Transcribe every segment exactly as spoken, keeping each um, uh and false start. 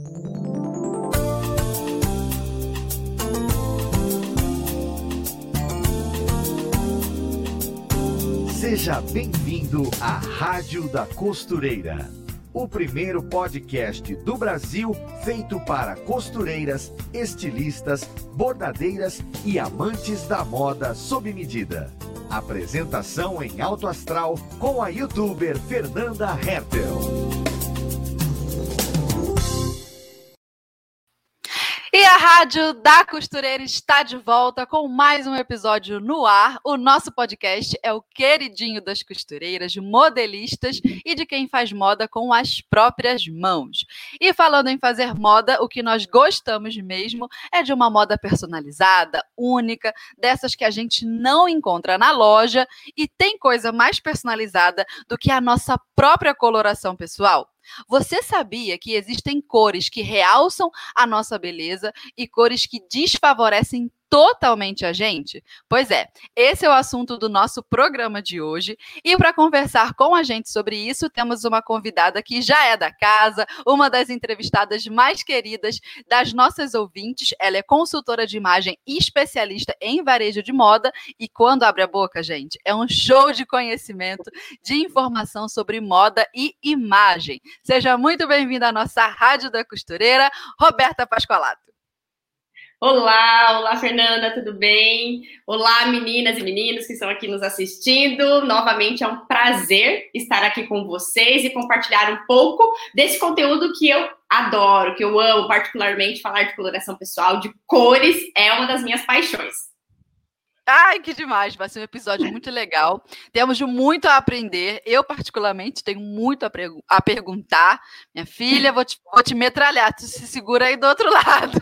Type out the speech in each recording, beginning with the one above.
Seja bem-vindo à Rádio da Costureira, o primeiro podcast do Brasil feito para costureiras, estilistas, bordadeiras e amantes da moda sob medida. Apresentação em alto astral com a youtuber Fernanda Hertel. E a Rádio da Costureira está de volta com mais um episódio no ar. O nosso podcast é o queridinho das costureiras, modelistas e de quem faz moda com as próprias mãos. E falando em fazer moda, o que nós gostamos mesmo é de uma moda personalizada, única, dessas que a gente não encontra na loja, e tem coisa mais personalizada do que a nossa própria coloração pessoal? Você sabia que existem cores que realçam a nossa beleza e cores que desfavorecem totalmente a gente? Pois é, esse é o assunto do nosso programa de hoje. E para conversar com a gente sobre isso, temos uma convidada que já é da casa, uma das entrevistadas mais queridas das nossas ouvintes. Ela é consultora de imagem e especialista em varejo de moda. E quando abre a boca, gente, é um show de conhecimento, de informação sobre moda e imagem. Seja muito bem-vinda à nossa Rádio da Costureira, Roberta Pascolato. Olá, olá Fernanda, tudo bem? Olá meninas e meninos que estão aqui nos assistindo. Novamente é um prazer estar aqui com vocês e compartilhar um pouco desse conteúdo que eu adoro, que eu amo particularmente. Falar de coloração pessoal, de cores, é uma das minhas paixões. Ai, que demais! Vai ser um episódio muito legal. Temos muito a aprender. Eu, particularmente, tenho muito a, pregu- a perguntar. Minha filha, vou te, vou te metralhar. Tu se segura aí do outro lado.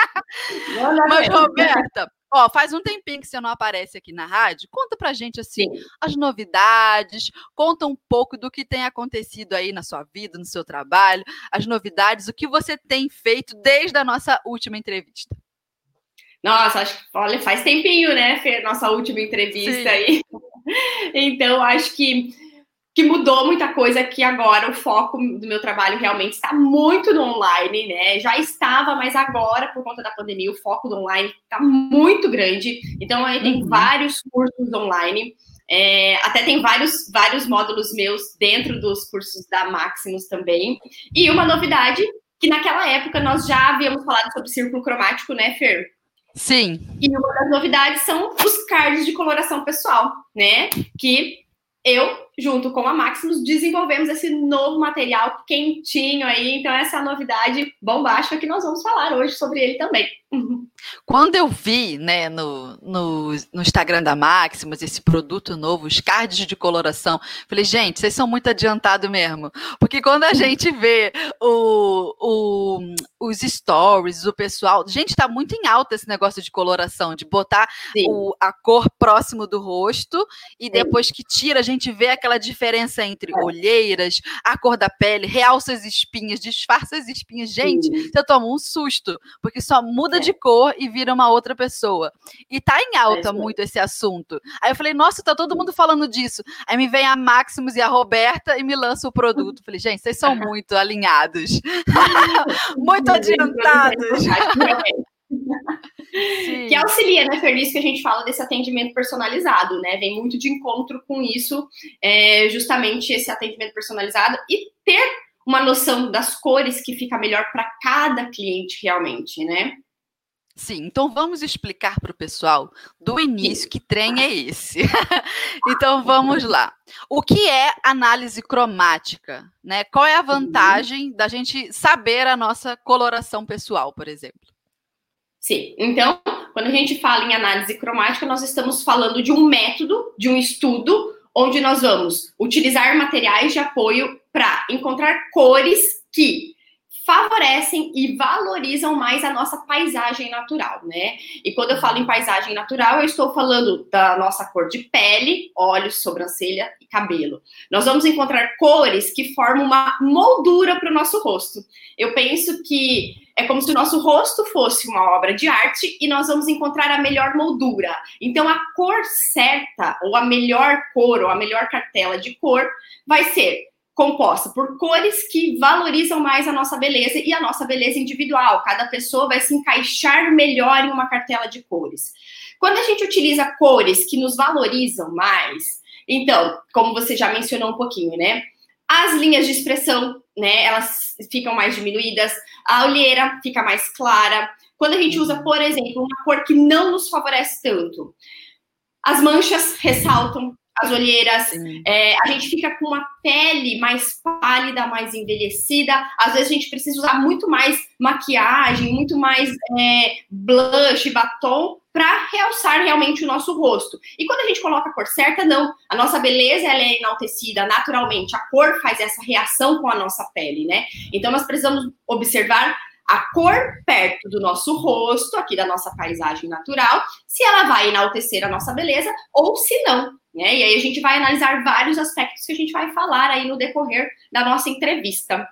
Mas, Roberta, ó, faz um tempinho que você não aparece aqui na rádio. Conta pra gente, assim, Sim. as novidades. Conta um pouco do que tem acontecido aí na sua vida, no seu trabalho. As novidades, o que você tem feito desde a nossa última entrevista. Nossa, acho que olha, faz tempinho, né, Fê, nossa última entrevista Sim. aí. Então, acho que, que mudou muita coisa, que agora o foco do meu trabalho realmente está muito no online, né? Já estava, mas agora, por conta da pandemia, o foco do online está muito grande. Então, aí tem uhum. vários cursos online. É, até tem vários, vários módulos meus dentro dos cursos da Maximus também. E uma novidade, que naquela época nós já havíamos falado sobre círculo cromático, né, Fer? Sim. E uma das novidades são os cards de coloração pessoal, né? Que eu, junto com a Maximus, desenvolvemos esse novo material quentinho aí. Então, essa é a novidade bombástica que nós vamos falar hoje sobre ele também. Quando eu vi, né, no, no, no Instagram da Maximus, esse produto novo, os cards de coloração, falei, gente, vocês são muito adiantados mesmo. Porque quando a gente vê o, o, os stories, o pessoal, gente, tá muito em alta esse negócio de coloração, de botar o, a cor próximo do rosto e depois que tira, a gente vê aquela diferença entre olheiras, a cor da pele, realça as espinhas, disfarça as espinhas. Gente, você toma um susto, porque só muda de cor e vira uma outra pessoa. E tá em alta é muito esse assunto. Aí eu falei, nossa, tá todo mundo falando disso. Aí me vem a Maximus e a Roberta e me lança o produto. Falei, gente, vocês são muito alinhados. Muito adiantados. Que auxilia, né, Fernanda, que a gente fala desse atendimento personalizado, né? Vem muito de encontro com isso, é, justamente esse atendimento personalizado e ter uma noção das cores que fica melhor para cada cliente realmente, né? Sim, então vamos explicar para o pessoal do início Sim. que trem é esse. Então vamos lá. O que é análise cromática, né? Qual é a vantagem uhum. da gente saber a nossa coloração pessoal, por exemplo? Sim, então, quando a gente fala em análise cromática, nós estamos falando de um método, de um estudo, onde nós vamos utilizar materiais de apoio para encontrar cores que favorecem e valorizam mais a nossa paisagem natural, né? E quando eu falo em paisagem natural, eu estou falando da nossa cor de pele, olhos, sobrancelha e cabelo. Nós vamos encontrar cores que formam uma moldura para o nosso rosto. Eu penso que é como se o nosso rosto fosse uma obra de arte e nós vamos encontrar a melhor moldura. Então, a cor certa, ou a melhor cor, ou a melhor cartela de cor, vai ser composta por cores que valorizam mais a nossa beleza e a nossa beleza individual. Cada pessoa vai se encaixar melhor em uma cartela de cores. Quando a gente utiliza cores que nos valorizam mais, então, como você já mencionou um pouquinho, né? As linhas de expressão, né? Elas ficam mais diminuídas, a olheira fica mais clara. Quando a gente usa, por exemplo, uma cor que não nos favorece tanto, as manchas ressaltam, as olheiras, é, a gente fica com uma pele mais pálida, mais envelhecida. Às vezes a gente precisa usar muito mais maquiagem, muito mais é, blush, batom, para realçar realmente o nosso rosto. E quando a gente coloca a cor certa, não. A nossa beleza ela é enaltecida naturalmente. A cor faz essa reação com a nossa pele, né? Então nós precisamos observar a cor perto do nosso rosto, aqui da nossa paisagem natural, se ela vai enaltecer a nossa beleza ou se não, né? E aí a gente vai analisar vários aspectos que a gente vai falar aí no decorrer da nossa entrevista.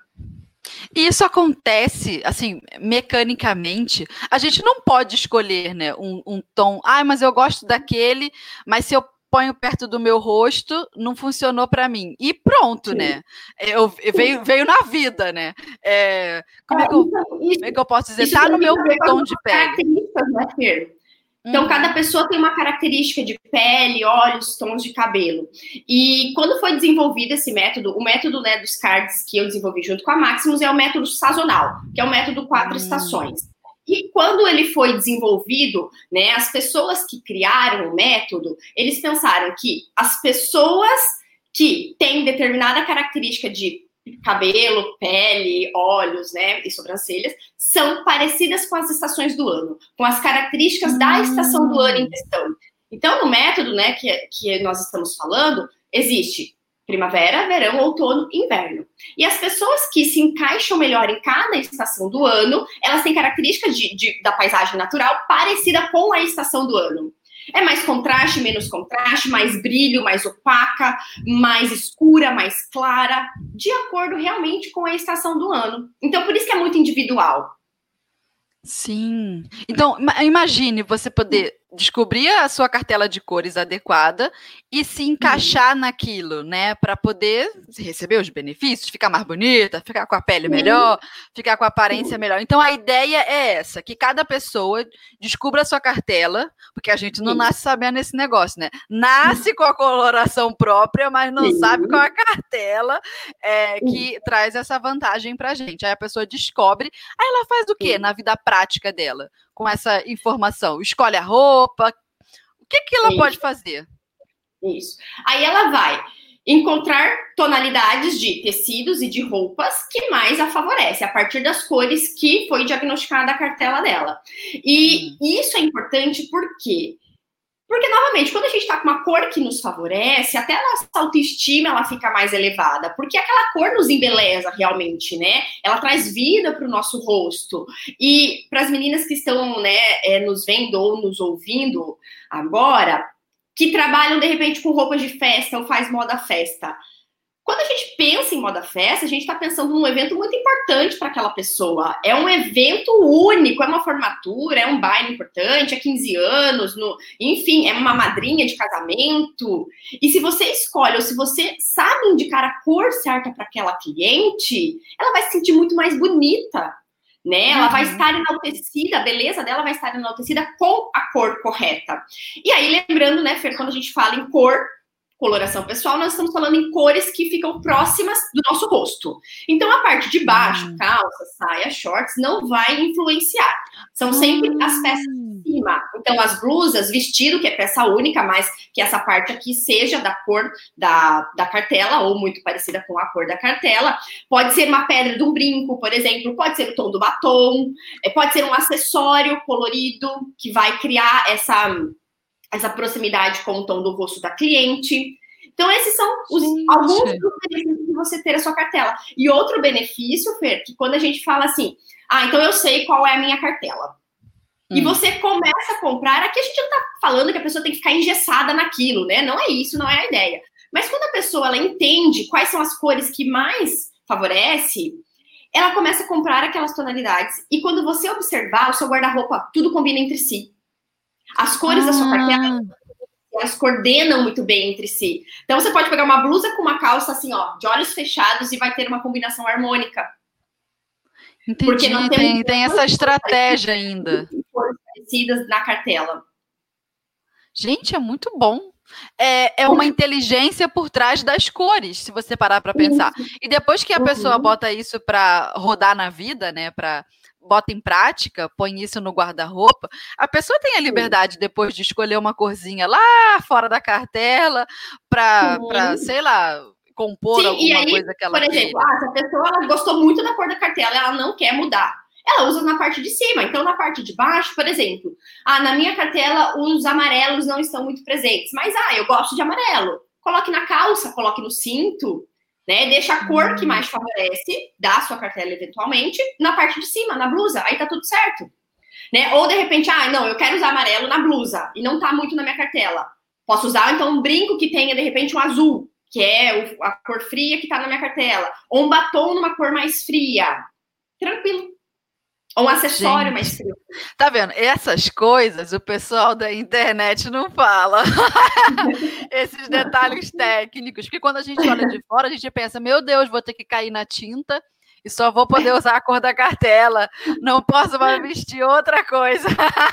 E isso acontece, assim, mecanicamente. A gente não pode escolher, né, um, um tom. Ah, mas eu gosto daquele, mas se eu ponho perto do meu rosto, não funcionou para mim. E pronto, Sim. né? Eu, eu veio, veio na vida, né? É, como, é que eu, como é que eu posso dizer? Tá no meu tom de pele. Né, Fer? Então, uhum. cada pessoa tem uma característica de pele, olhos, tons de cabelo. E quando foi desenvolvido esse método, o método, né, dos cards que eu desenvolvi junto com a Maximus é o método sazonal, que é o método quatro uhum. estações. E quando ele foi desenvolvido, né, as pessoas que criaram o método, eles pensaram que as pessoas que têm determinada característica de cabelo, pele, olhos, né, e sobrancelhas, são parecidas com as estações do ano, com as características hum. da estação do ano em questão. Então, no método, né, que, que nós estamos falando, existe primavera, verão, outono e inverno. E as pessoas que se encaixam melhor em cada estação do ano, elas têm características de, de, da paisagem natural parecida com a estação do ano. É mais contraste, menos contraste, mais brilho, mais opaca, mais escura, mais clara, de acordo realmente com a estação do ano. Então, por isso que é muito individual. Sim. Então, imagine você poder descobrir a sua cartela de cores adequada e se encaixar uhum. naquilo, né? Para poder receber os benefícios, ficar mais bonita, ficar com a pele melhor, uhum. ficar com a aparência uhum. melhor. Então, a ideia é essa, que cada pessoa descubra a sua cartela, porque a gente não Sim. nasce sabendo esse negócio, né? Nasce com a coloração própria, mas não Sim. sabe qual é a cartela é, que Sim. traz essa vantagem pra gente. Aí a pessoa descobre, aí ela faz o quê Sim. na vida prática dela? Com essa informação, escolhe a roupa, o que, que ela Isso. pode fazer? Isso. Aí ela vai encontrar tonalidades de tecidos e de roupas que mais a favorece, a partir das cores que foi diagnosticada a cartela dela. E hum. isso é importante porque... Porque, novamente, quando a gente tá com uma cor que nos favorece, até a nossa autoestima, ela fica mais elevada. Porque aquela cor nos embeleza realmente, né? Ela traz vida para o nosso rosto. E para as meninas que estão, né, é, nos vendo ou nos ouvindo agora, que trabalham, de repente, com roupas de festa ou faz moda festa. Quando a gente pensa em moda festa, a gente está pensando num evento muito importante para aquela pessoa. É um evento único, é uma formatura, é um baile importante, é quinze anos, no, enfim, é uma madrinha de casamento. E se você escolhe, ou se você sabe indicar a cor certa para aquela cliente, ela vai se sentir muito mais bonita, né? Ela uhum. vai estar enaltecida, a beleza dela vai estar enaltecida com a cor correta. E aí, lembrando, né, Fer, quando a gente fala em cor, coloração pessoal, nós estamos falando em cores que ficam próximas do nosso rosto. Então, a parte de baixo, hum. calça, saia, shorts, não vai influenciar. São sempre hum. as peças de cima. Então, as blusas, vestido, que é peça única, mas que essa parte aqui seja da cor da, da cartela, ou muito parecida com a cor da cartela. Pode ser uma pedra de um brinco, por exemplo, pode ser o tom do batom, pode ser um acessório colorido, que vai criar essa... essa proximidade com o tom do rosto da cliente. Então, esses são os, alguns dos benefícios de você ter a sua cartela. E outro benefício, Fer, que quando a gente fala assim, ah, então eu sei qual é a minha cartela. Hum. E você começa a comprar, aqui a gente não tá falando que a pessoa tem que ficar engessada naquilo, né? Não é isso, não é a ideia. Mas quando a pessoa, ela entende quais são as cores que mais favorece, ela começa a comprar aquelas tonalidades. E quando você observar o seu guarda-roupa, tudo combina entre si. As cores ah. da sua cartela elas coordenam muito bem entre si. Então, você pode pegar uma blusa com uma calça assim, ó, de olhos fechados e vai ter uma combinação harmônica. Entendi, porque não tem, tem essa estratégia ainda. Cores parecidas na cartela. Gente, é muito bom. É, é uma inteligência por trás das cores, se você parar para pensar. E depois que a pessoa bota isso para rodar na vida, né, para bota em prática, põe isso no guarda-roupa, a pessoa tem a liberdade depois de escolher uma corzinha lá fora da cartela para, sei lá, compor Sim, alguma aí, coisa que ela por exemplo, ah, se a pessoa ela gostou muito da cor da cartela, ela não quer mudar. Ela usa na parte de cima. Então, na parte de baixo, por exemplo, ah, na minha cartela os amarelos não estão muito presentes. Mas, ah, eu gosto de amarelo. Coloque na calça, coloque no cinto, né? Deixa a cor que mais favorece da sua cartela, eventualmente, na parte de cima, na blusa. Aí tá tudo certo. Né? Ou, de repente, ah, não, eu quero usar amarelo na blusa e não tá muito na minha cartela. Posso usar, então, um brinco que tenha, de repente, um azul, que é a cor fria que tá na minha cartela. Ou um batom numa cor mais fria. Tranquilo. Ou um acessório Gente, mais frio. Tá vendo? Essas coisas o pessoal da internet não fala. Esses detalhes técnicos. Porque quando a gente olha de fora, a gente pensa, meu Deus, vou ter que cair na tinta e só vou poder usar a cor da cartela. Não posso mais vestir outra coisa.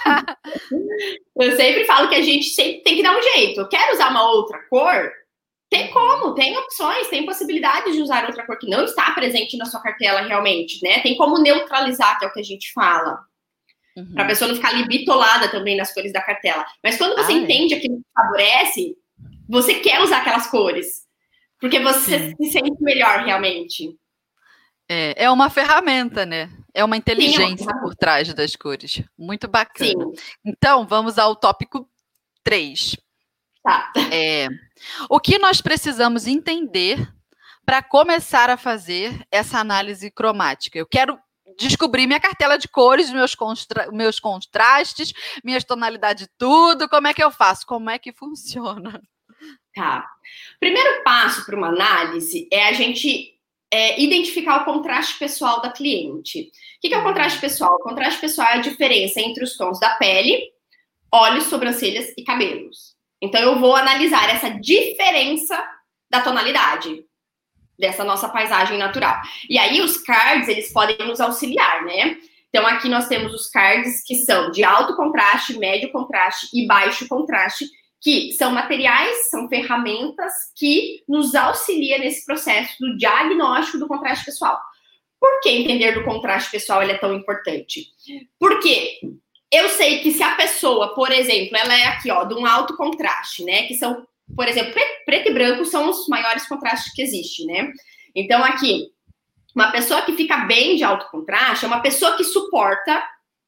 Eu sempre falo que a gente sempre tem que dar um jeito. Eu quero usar uma outra cor? Tem como, tem opções, tem possibilidades de usar outra cor que não está presente na sua cartela realmente, né? Tem como neutralizar, que é o que a gente fala. Uhum. Para a pessoa não ficar ali bitolada também nas cores da cartela. Mas quando você ah, entende é. aquilo que favorece, você quer usar aquelas cores. Porque você Sim. se sente melhor realmente. É, é uma ferramenta, né? É uma inteligência Sim, é uma por trás das cores. Muito bacana. Sim. Então, vamos ao tópico três. Tá. É, o que nós precisamos entender para começar a fazer essa análise cromática? Eu quero descobrir minha cartela de cores, meus, constra- meus contrastes, minhas tonalidades, tudo. Como é que eu faço? Como é que funciona? Tá. Primeiro passo para uma análise é a gente é, identificar o contraste pessoal da cliente. O que é o contraste pessoal? O contraste pessoal é a diferença entre os tons da pele, olhos, sobrancelhas e cabelos. Então, eu vou analisar essa diferença da tonalidade dessa nossa paisagem natural. E aí, os cards, eles podem nos auxiliar, né? Então, aqui nós temos os cards que são de alto contraste, médio contraste e baixo contraste, que são materiais, são ferramentas que nos auxiliam nesse processo do diagnóstico do contraste pessoal. Por que entender do contraste pessoal ele é tão importante? Porque eu sei que se a pessoa, por exemplo, ela é aqui, ó, de um alto contraste, né? Que são, por exemplo, preto, preto e branco são os maiores contrastes que existem, né? Então, aqui, uma pessoa que fica bem de alto contraste é uma pessoa que suporta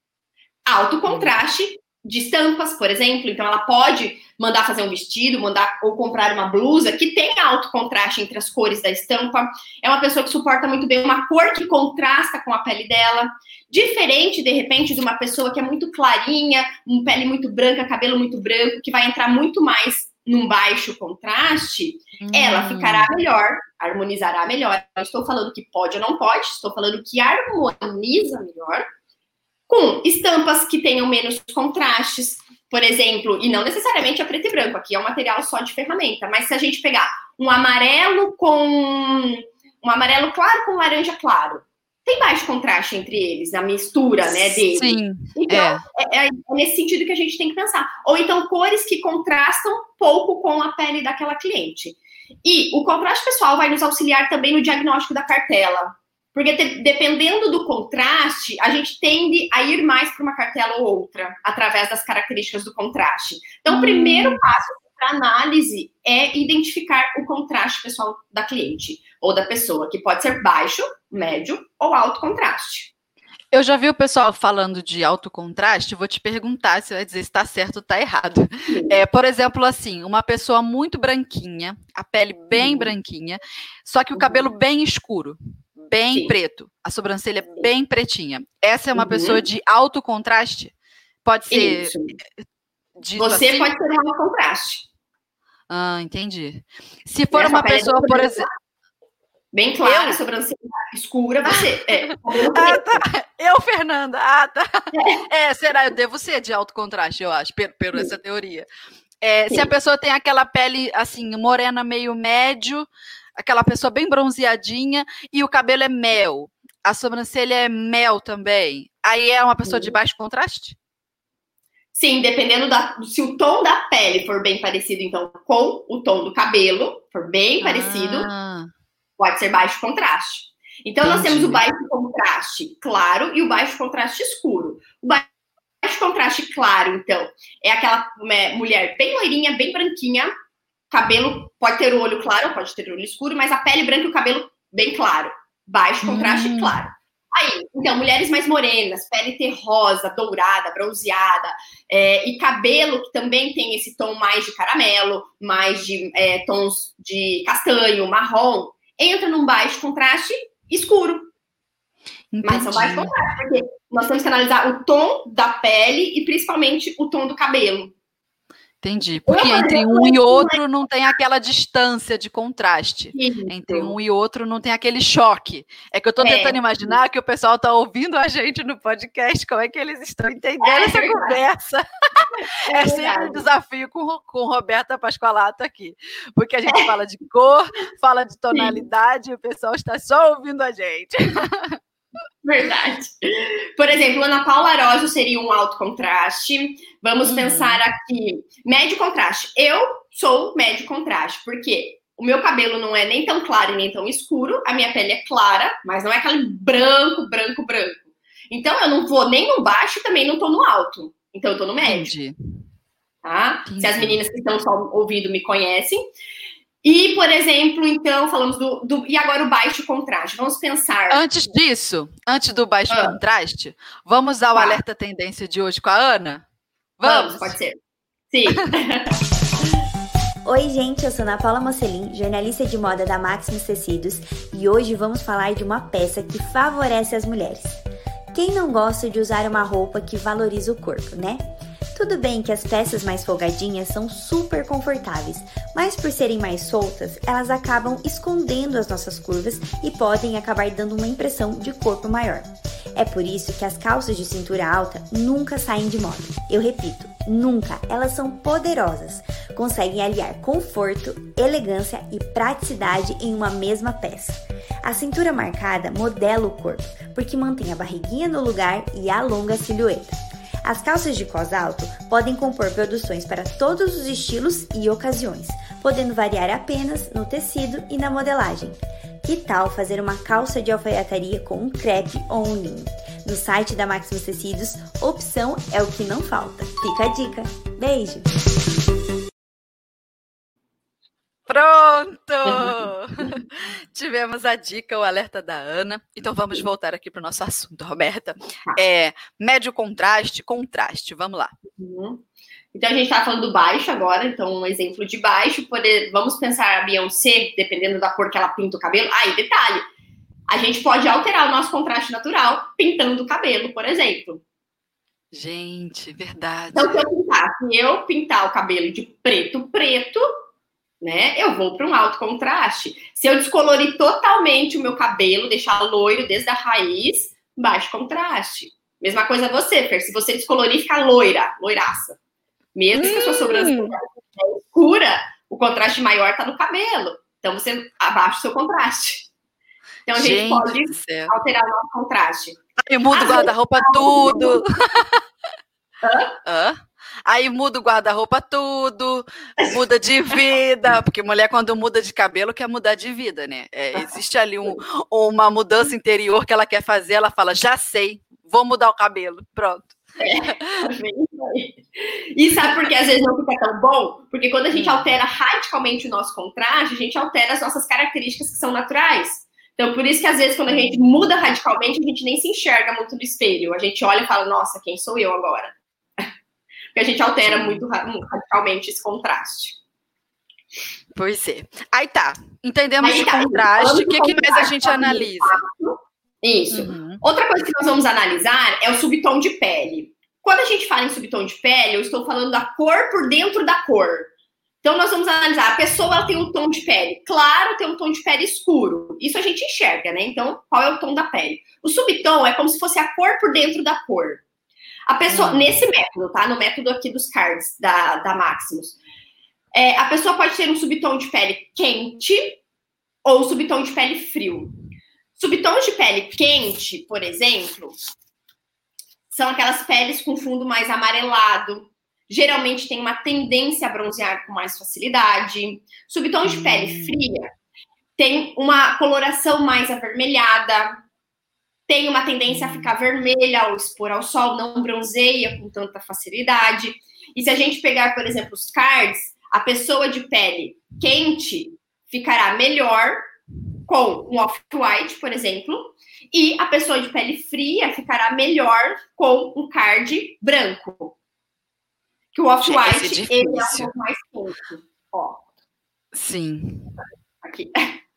alto contraste de estampas, por exemplo. Então, ela pode mandar fazer um vestido, mandar ou comprar uma blusa que tenha alto contraste entre as cores da estampa. É uma pessoa que suporta muito bem uma cor que contrasta com a pele dela. Diferente, de repente, de uma pessoa que é muito clarinha, uma pele muito branca, cabelo muito branco, que vai entrar muito mais num baixo contraste, hum. ela ficará melhor, harmonizará melhor. Não estou falando que pode ou não pode, estou falando que harmoniza melhor com estampas que tenham menos contrastes, por exemplo, e não necessariamente é preto e branco, aqui é um material só de ferramenta, mas se a gente pegar um amarelo com um amarelo claro com laranja claro, tem baixo contraste entre eles, na mistura, né, deles. Sim, então, é. É, é nesse sentido que a gente tem que pensar. Ou então, cores que contrastam pouco com a pele daquela cliente. E o contraste pessoal vai nos auxiliar também no diagnóstico da cartela. Porque te, dependendo do contraste, a gente tende a ir mais para uma cartela ou outra, através das características do contraste. Então, hum. o primeiro passo para análise é identificar o contraste pessoal da cliente ou da pessoa, que pode ser baixo, médio ou alto contraste. Eu já vi o pessoal falando de alto contraste, vou te perguntar se vai dizer se está certo ou está errado. É, por exemplo, assim, uma pessoa muito branquinha, a pele bem uhum. branquinha, só que o cabelo uhum. bem escuro, bem Sim. preto, a sobrancelha Sim. bem pretinha. Essa é uma uhum. pessoa de alto contraste? Pode ser... Isso. Você assim? Pode ter um alto contraste. Ah, entendi. Se for Essa uma pessoa, por exemplo... Bem clara, eu... sobrancelha escura, você... É, ah, tá. Eu, Fernanda. Ah, tá. É. é, será? Eu devo ser de alto contraste, eu acho, por, por essa teoria. É, se a pessoa tem aquela pele, assim, morena meio médio, aquela pessoa bem bronzeadinha, e o cabelo é mel, a sobrancelha é mel também, aí é uma pessoa de baixo contraste? Sim, dependendo da... Se o tom da pele for bem parecido, então, com o tom do cabelo, for bem ah. parecido, pode ser baixo contraste. Então, Entendi. Nós temos o baixo contraste claro e o baixo contraste escuro. O baixo Baixo contraste claro, então, é aquela é, mulher bem loirinha, bem branquinha, cabelo, pode ter o olho claro, pode ter o olho escuro, mas a pele branca e o cabelo bem claro. Baixo contraste hum. claro. Aí, então, mulheres mais morenas, pele terrosa, dourada, bronzeada, é, e cabelo que também tem esse tom mais de caramelo, mais de é, tons de castanho, marrom, entra num baixo contraste escuro. Entendi. Mas são baixos contrastes, porque nós temos que analisar o tom da pele e principalmente o tom do cabelo. Entendi, porque eu, entre um e outro não tem aquela distância de contraste. Isso. Entre um e outro não tem aquele choque. É que eu estou é. tentando imaginar que o pessoal está ouvindo a gente no podcast, como é que eles estão entendendo é essa verdade. conversa. É, é sempre um desafio com, com Roberta Pasqualato aqui, porque a gente é. fala de cor, fala de tonalidade, Sim. e o pessoal está só ouvindo a gente. Verdade. Por exemplo, Ana Paula Arósio seria um alto contraste. Vamos uhum. pensar aqui, médio contraste. Eu sou médio contraste, porque o meu cabelo não é nem tão claro e nem tão escuro, a minha pele é clara, mas não é aquele branco, branco, branco. Então, eu não vou nem no baixo e também não tô no alto. Então, eu tô no médio. Entendi. Tá? Entendi. Se as meninas que estão só ouvindo me conhecem. E, por exemplo, então, falamos do, do... E agora o baixo contraste. Vamos pensar... Antes disso, antes do baixo ah. contraste, vamos ao ah. Alerta Tendência de hoje com a Ana? Vamos? Vamos, pode ser. Sim. Oi, gente, eu sou Ana Paula Mocelin, jornalista de moda da Maximus Tecidos, e hoje vamos falar de uma peça que favorece as mulheres. Quem não gosta de usar uma roupa que valoriza o corpo, né? Tudo bem que as peças mais folgadinhas são super confortáveis, mas por serem mais soltas, elas acabam escondendo as nossas curvas e podem acabar dando uma impressão de corpo maior. É por isso que as calças de cintura alta nunca saem de moda. Eu repito, nunca. Elas são poderosas. Conseguem aliar conforto, elegância e praticidade em uma mesma peça. A cintura marcada modela o corpo, porque mantém a barriguinha no lugar e alonga a silhueta. As calças de cós alto podem compor produções para todos os estilos e ocasiões, podendo variar apenas no tecido e na modelagem. Que tal fazer uma calça de alfaiataria com um crepe ou um linho? No site da Maximus Tecidos, opção é o que não falta. Fica a dica. Beijo! Pronto! Tivemos a dica, o alerta da Ana. Então vamos voltar aqui para o nosso assunto, Roberta. É, médio contraste, contraste. Vamos lá. Uhum. Então a gente está falando do baixo agora. Então um exemplo de baixo. Poder, vamos pensar a Beyoncé, dependendo da cor que ela pinta o cabelo. Ah, e detalhe, a gente pode alterar o nosso contraste natural pintando o cabelo, por exemplo. Gente, verdade. Então se eu pintar, se eu pintar o cabelo de preto, preto... Né? Eu vou para um alto contraste. Se eu descolorir totalmente o meu cabelo, deixar loiro desde a raiz, baixo contraste. Mesma coisa você, Fer. Se você descolorir, fica loira, loiraça. Mesmo hum. que a sua sobrancelha é escura, o contraste maior está no cabelo. Então você abaixa o seu contraste. Então a gente, gente pode alterar o nosso contraste. Eu mudo o guarda-roupa tudo. Hã? Hã? Aí muda o guarda-roupa tudo, muda de vida, porque mulher quando muda de cabelo quer mudar de vida, né? É, existe ali um, uma mudança interior que ela quer fazer, ela fala, já sei, vou mudar o cabelo, pronto. É, e sabe por que às vezes não fica tão bom? Porque quando a gente altera radicalmente o nosso contraste, a gente altera as nossas características que são naturais. Então, por isso que às vezes quando a gente muda radicalmente, a gente nem se enxerga muito no espelho. A gente olha e fala, nossa, quem sou eu agora? Que a gente altera muito radicalmente esse contraste. Pois é. Aí tá, entendemos Aí, de tá, contraste, o que, que mais a gente analisa? Isso. Uhum. Outra coisa que nós vamos analisar é o subtom de pele. Quando a gente fala em subtom de pele, eu estou falando da cor por dentro da cor. Então, nós vamos analisar, a pessoa ela tem um tom de pele claro, tem um tom de pele escuro. Isso a gente enxerga, né? Então, qual é o tom da pele? O subtom é como se fosse a cor por dentro da cor. A pessoa, hum. nesse método, tá? No método aqui dos cards da, da Maximus. É, a pessoa pode ter um subtom de pele quente ou subtom de pele frio. Subtons de pele quente, por exemplo, são aquelas peles com fundo mais amarelado. Geralmente tem uma tendência a bronzear com mais facilidade. Subtons de pele fria tem uma coloração mais avermelhada, tem uma tendência a ficar vermelha ao expor ao sol, não bronzeia com tanta facilidade. E se a gente pegar, por exemplo, os cards, a pessoa de pele quente ficará melhor com um off-white, por exemplo, e a pessoa de pele fria ficará melhor com um card branco. Que o off-white, ele é um pouco mais quente. Ó. Sim. Aqui.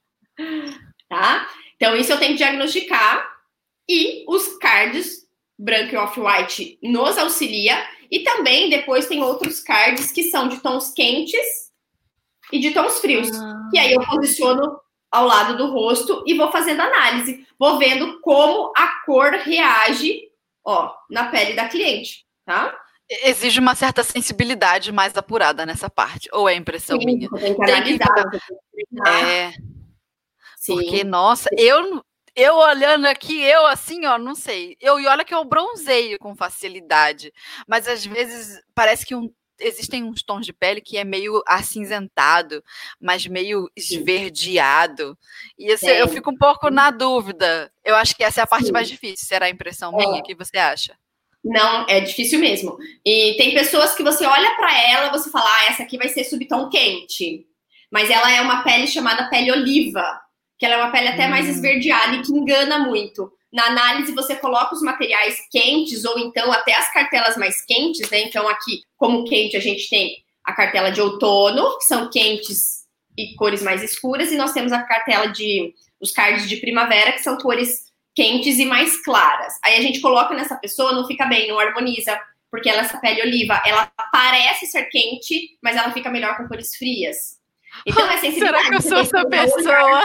Tá? Então, isso eu tenho que diagnosticar. E os cards branco e off-white nos auxilia. E também, depois, tem outros cards que são de tons quentes e de tons frios. Ah. E aí eu posiciono ao lado do rosto e vou fazendo análise. Vou vendo como a cor reage, ó, na pele da cliente, tá? Exige uma certa sensibilidade mais apurada nessa parte. Ou é impressão Sim, minha? Tem que analisar. Tem que é... Sim. Porque, nossa, eu... Eu olhando aqui, eu assim, ó, não sei. Eu, e olha que eu bronzeio com facilidade. Mas às vezes parece que um, existem uns tons de pele que é meio acinzentado, mas meio esverdeado. E esse, eu fico um pouco na dúvida. Eu acho que essa é a parte Sim. mais difícil. Será a impressão é. minha? O que você acha? Não, é difícil mesmo. E tem pessoas que você olha para ela, você fala, ah, essa aqui vai ser subtom quente. Mas ela é uma pele chamada pele oliva, que ela é uma pele até hum. mais esverdeada e que engana muito. Na análise, você coloca os materiais quentes, ou então até as cartelas mais quentes, né? Então, aqui, como quente, a gente tem a cartela de outono, que são quentes e cores mais escuras, e nós temos a cartela de, os cards de primavera, que são cores quentes e mais claras. Aí a gente coloca nessa pessoa, não fica bem, não harmoniza, porque ela, essa pele oliva, ela parece ser quente, mas ela fica melhor com cores frias. Então, é sensibilidade. Será que eu sou essa pessoa?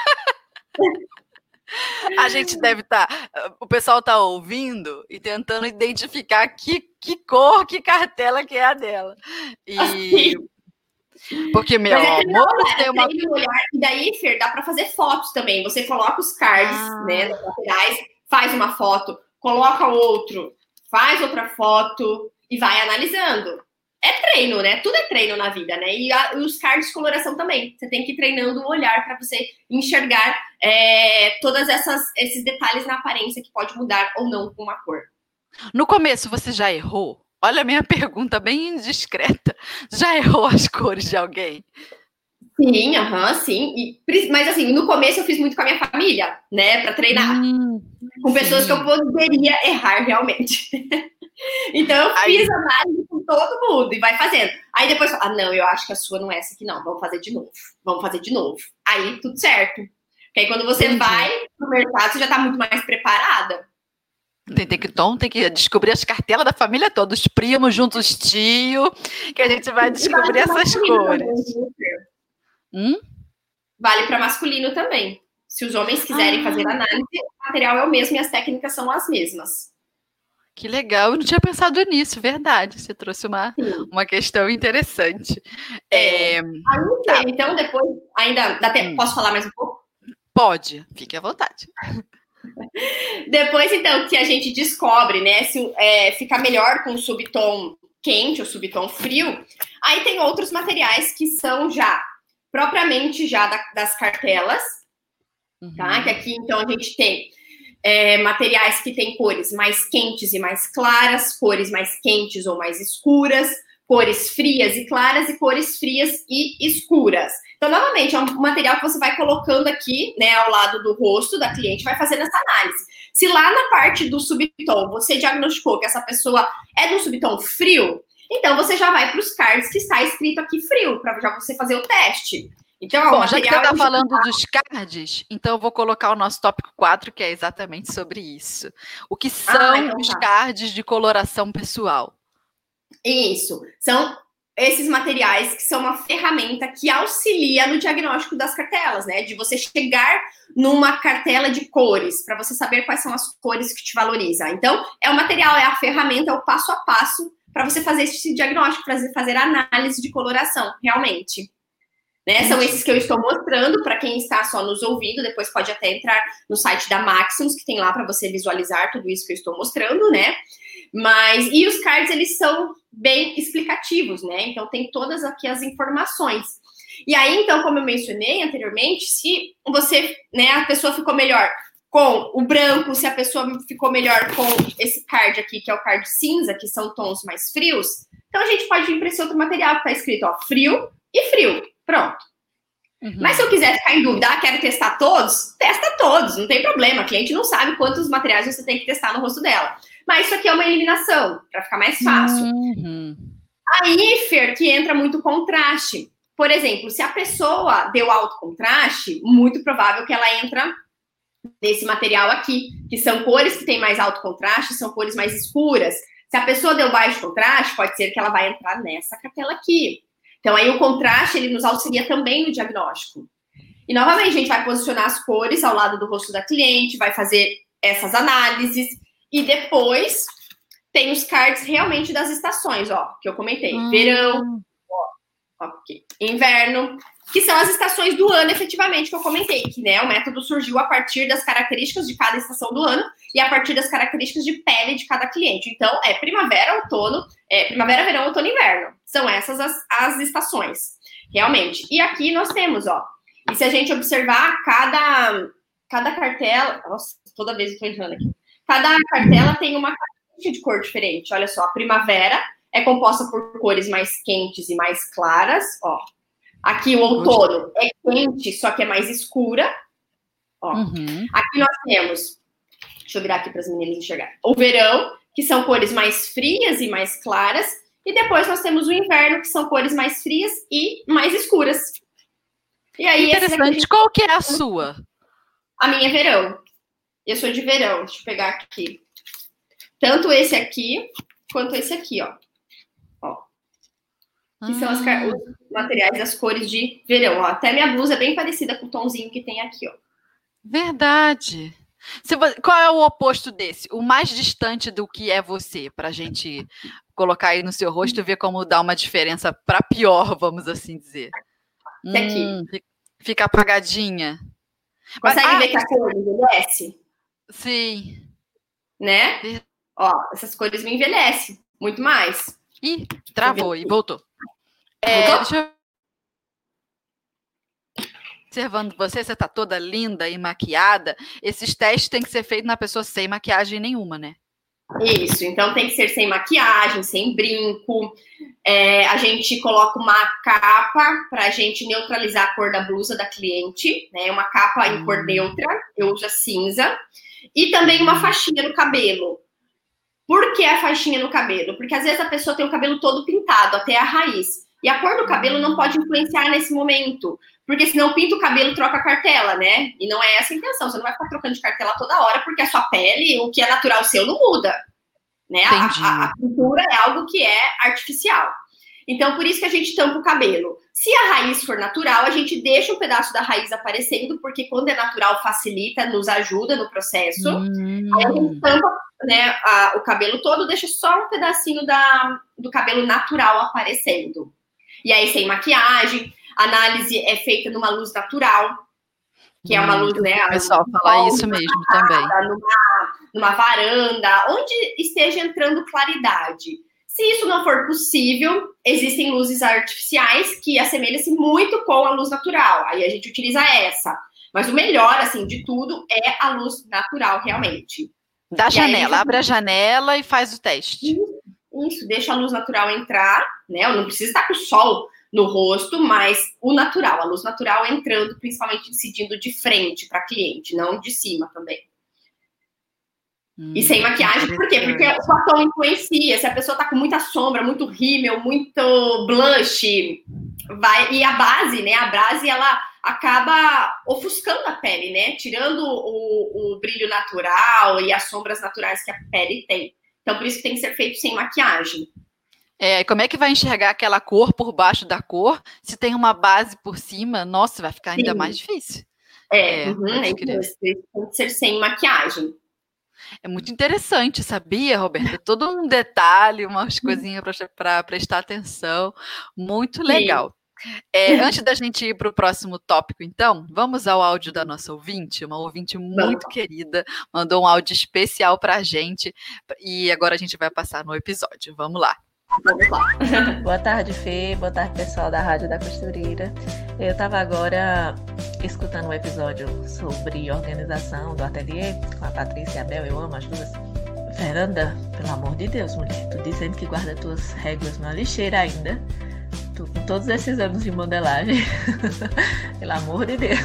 A gente deve estar... Tá, o pessoal está ouvindo e tentando identificar que, que cor, que cartela que é a dela. E... Assim. Porque, meu Mas é amor... Não, tem uma... olhar, e daí, Fer, dá para fazer fotos também. Você coloca os cards, ah. né, nos laterais, faz uma foto, coloca outro, faz outra foto e vai analisando. É treino, né? Tudo é treino na vida, né? E, a, e os cards de coloração também. Você tem que ir treinando o olhar para você enxergar é, todos esses detalhes na aparência que pode mudar ou não com uma cor. No começo, você já errou? Olha a minha pergunta bem indiscreta. Já errou as cores de alguém? Sim, aham, sim. E, mas assim, no começo eu fiz muito com a minha família, né? Para treinar. Hum, com pessoas sim. que eu poderia errar realmente. Então eu fiz Aí... análise com todo mundo e vai fazendo. Aí depois, ah, não, eu acho que a sua não é essa aqui, não. Vamos fazer de novo. Vamos fazer de novo. Aí tudo certo. Porque aí quando você Entendi. vai pro mercado, você já tá muito mais preparada. Tem, tem, que, tom, tem que descobrir as cartelas da família toda, os primos juntos, os tios, que a gente vai descobrir vale essas cores. Também, hum? Vale para masculino também. Se os homens quiserem ah. fazer análise, o material é o mesmo e as técnicas são as mesmas. Que legal, eu não tinha pensado nisso, verdade. Você trouxe uma, uma questão interessante. É, é... Aí, tá. Então, depois, ainda dá tempo, hum. posso falar mais um pouco? Pode, fique à vontade. Depois, então, que a gente descobre, né, se é, fica melhor com o subtom quente ou subtom frio, aí tem outros materiais que são já, propriamente já da, das cartelas, uhum. tá? Que aqui, então, a gente tem É, materiais que têm cores mais quentes e mais claras, cores mais quentes ou mais escuras, cores frias e claras e cores frias e escuras. Então, novamente, é um material que você vai colocando aqui, né, ao lado do rosto da cliente, vai fazendo essa análise. Se lá na parte do subtom você diagnosticou que essa pessoa é do subtom frio, então você já vai para os cards que está escrito aqui frio, para já você fazer o teste. Então, Bom, já que você está falando dos cards, então eu vou colocar o nosso tópico quatro, que é exatamente sobre isso. O que são ah, então os tá. cards de coloração pessoal? Isso. São esses materiais que são uma ferramenta que auxilia no diagnóstico das cartelas, né? De você chegar numa cartela de cores, para você saber quais são as cores que te valorizam. Então, é o material, é a ferramenta, é o passo a passo para você fazer esse diagnóstico, fazer, fazer análise de coloração, realmente. Né? São esses que eu estou mostrando para quem está só nos ouvindo. Depois pode até entrar no site da Maximus, que tem lá para você visualizar tudo isso que eu estou mostrando, né? Mas, e os cards, eles são bem explicativos, né? Então, tem todas aqui as informações. E aí, então, como eu mencionei anteriormente, se você, né, a pessoa ficou melhor com o branco, se a pessoa ficou melhor com esse card aqui, que é o card cinza, que são tons mais frios, então a gente pode vir para esse outro material que está escrito, ó, frio e frio. Pronto. Uhum. Mas se eu quiser ficar em dúvida, ah, quero testar todos, testa todos, não tem problema. A cliente não sabe quantos materiais você tem que testar no rosto dela. Mas isso aqui é uma eliminação, para ficar mais fácil. Uhum. Aí, Fer, que entra muito contraste. Por exemplo, se a pessoa deu alto contraste, muito provável que ela entra nesse material aqui, que são cores que têm mais alto contraste, são cores mais escuras. Se a pessoa deu baixo contraste, pode ser que ela vai entrar nessa cartela aqui. Então, aí o contraste, ele nos auxilia também no diagnóstico. E, novamente, a gente vai posicionar as cores ao lado do rosto da cliente, vai fazer essas análises, e depois tem os cards realmente das estações, ó, que eu comentei. Hum. Verão, ó, okay. Inverno, que são as estações do ano, efetivamente, que eu comentei, que, né, o método surgiu a partir das características de cada estação do ano e a partir das características de pele de cada cliente. Então, é primavera, outono, é primavera, verão, outono e inverno. São essas as, as estações, realmente. E aqui nós temos, ó, e se a gente observar, cada, cada cartela... Nossa, toda vez eu tô entrando aqui. Cada cartela tem uma característica de cor diferente. Olha só, a primavera é composta por cores mais quentes e mais claras, ó. Aqui o outono é quente, só que é mais escura. Ó. Uhum. Aqui nós temos, deixa eu virar aqui para as meninas enxergarem, o verão, que são cores mais frias e mais claras. E depois nós temos o inverno, que são cores mais frias e mais escuras. E aí, interessante. Aqui... Qual que é a sua? A minha é verão. Eu sou de verão. Deixa eu pegar aqui. Tanto esse aqui, quanto esse aqui, ó. Ó. Que ah. são as, os materiais das cores de verão. Ó. Até minha blusa é bem parecida com o tomzinho que tem aqui, ó. Verdade. Se você, qual é o oposto desse? O mais distante do que é você, pra gente colocar aí no seu rosto e ver como dá uma diferença para pior, vamos assim dizer. Esse aqui. Hum, fica apagadinha. Consegue Mas, ver ah, que a cor envelhece? Sim. Né? Ó, essas cores me envelhecem muito mais. Ih, travou e voltou. É, voltou? Deixa eu... Observando você, você tá toda linda e maquiada. Esses testes têm que ser feitos na pessoa sem maquiagem nenhuma, né? Isso, então tem que ser sem maquiagem, sem brinco. É, a gente coloca uma capa para a gente neutralizar a cor da blusa da cliente, né? Uma capa em hum. cor neutra, eu uso a cinza. E também uma faixinha no cabelo. Por que a faixinha no cabelo? Porque às vezes a pessoa tem o cabelo todo pintado, até a raiz. E a cor do cabelo não pode influenciar nesse momento. Porque senão pinta o cabelo, troca a cartela, né? E não é essa a intenção. Você não vai ficar trocando de cartela toda hora, porque a sua pele, o que é natural seu, não muda. Né? A, a, a pintura é algo que é artificial. Então, por isso que a gente tampa o cabelo. Se a raiz for natural, a gente deixa um pedaço da raiz aparecendo, porque quando é natural, facilita, nos ajuda no processo. Hum. Aí a gente tampa, né, a, o cabelo todo, deixa só um pedacinho da, do cabelo natural aparecendo. E aí, sem maquiagem, a análise é feita numa luz natural, que é uma luz, hum, né? O pessoal fala isso mesmo também. Numa, numa varanda, onde esteja entrando claridade. Se isso não for possível, existem luzes artificiais que assemelham-se muito com a luz natural. Aí a gente utiliza essa. Mas o melhor, assim, de tudo é a luz natural, realmente. Da e janela, gente... abre a janela e faz o teste. Isso, isso, deixa a luz natural entrar, né? Eu não preciso estar com o sol no rosto, mas o natural, a luz natural entrando, principalmente incidindo de frente para a cliente, não de cima também. Hum, e sem maquiagem, por quê? Porque o batom influencia. Se a pessoa tá com muita sombra, muito rímel, muito blush, vai, e a base, né? A base, ela acaba ofuscando a pele, né? Tirando o, o brilho natural e as sombras naturais que a pele tem. Então, por isso que tem que ser feito sem maquiagem. É, como é que vai enxergar aquela cor por baixo da cor? Se tem uma base por cima, nossa, vai ficar ainda Sim. mais difícil. É, é uhum, é tem que ser sem maquiagem. É muito interessante, sabia, Roberta? Todo um detalhe, umas coisinhas para prestar atenção. Muito legal. É, antes da gente ir para o próximo tópico, então, vamos ao áudio da nossa ouvinte, uma ouvinte muito querida, mandou um áudio especial para a gente, e agora a gente vai passar no episódio. Vamos lá. Vamos lá. Boa tarde, Fê. Boa tarde, pessoal da Rádio da Costureira. Eu estava agora escutando um episódio sobre organização do ateliê com a Patrícia e a Bel. Eu amo as duas. Fernanda, pelo amor de Deus, mulher, tu dizendo que guarda tuas réguas na lixeira ainda. Tu, com todos esses anos de modelagem. Pelo amor de Deus.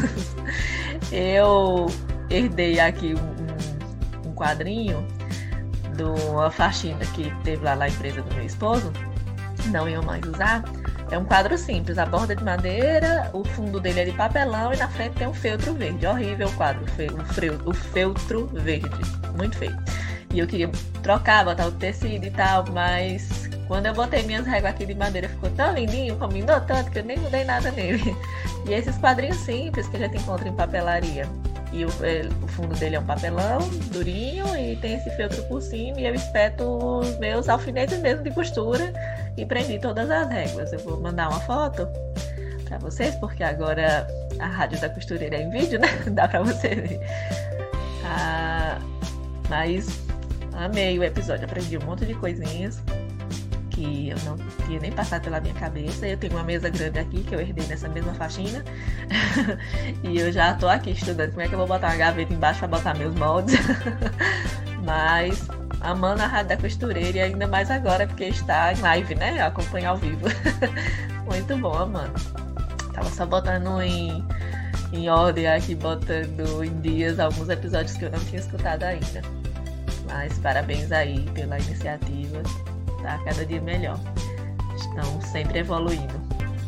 Eu herdei aqui um, um, um quadrinho de uma faxina que teve lá na empresa do meu esposo, não iam mais usar. É um quadro simples, a borda de madeira, o fundo dele é de papelão e na frente tem um feltro verde. Horrível o quadro, o, freu, o feltro verde, muito feio. E eu queria trocar, botar o tecido e tal, mas quando eu botei minhas réguas aqui de madeira ficou tão lindinho, combinou tanto que eu nem mudei nada nele. E esses quadrinhos simples que a gente encontra em papelaria. E o, o fundo dele é um papelão durinho e tem esse feltro por cima e eu espeto os meus alfinetes mesmo de costura e prendi todas as réguas. Eu vou mandar uma foto para vocês, porque agora a Rádio da Costureira é em vídeo, né? Dá para você ver. Ah, mas amei o episódio, aprendi um monte de coisinhas que eu não tinha nem passado pela minha cabeça. Eu tenho uma mesa grande aqui que eu herdei nessa mesma faxina e eu já tô aqui estudando como é que eu vou botar uma gaveta embaixo para botar meus moldes. Mas amando a Rádio da Costureira e ainda mais agora porque está em live, né? Eu acompanho ao vivo. Muito bom, amando. Tava só botando em, em ordem aqui, botando em dias alguns episódios que eu não tinha escutado ainda. Mas parabéns aí pela iniciativa. Tá cada dia melhor. Estão sempre evoluindo.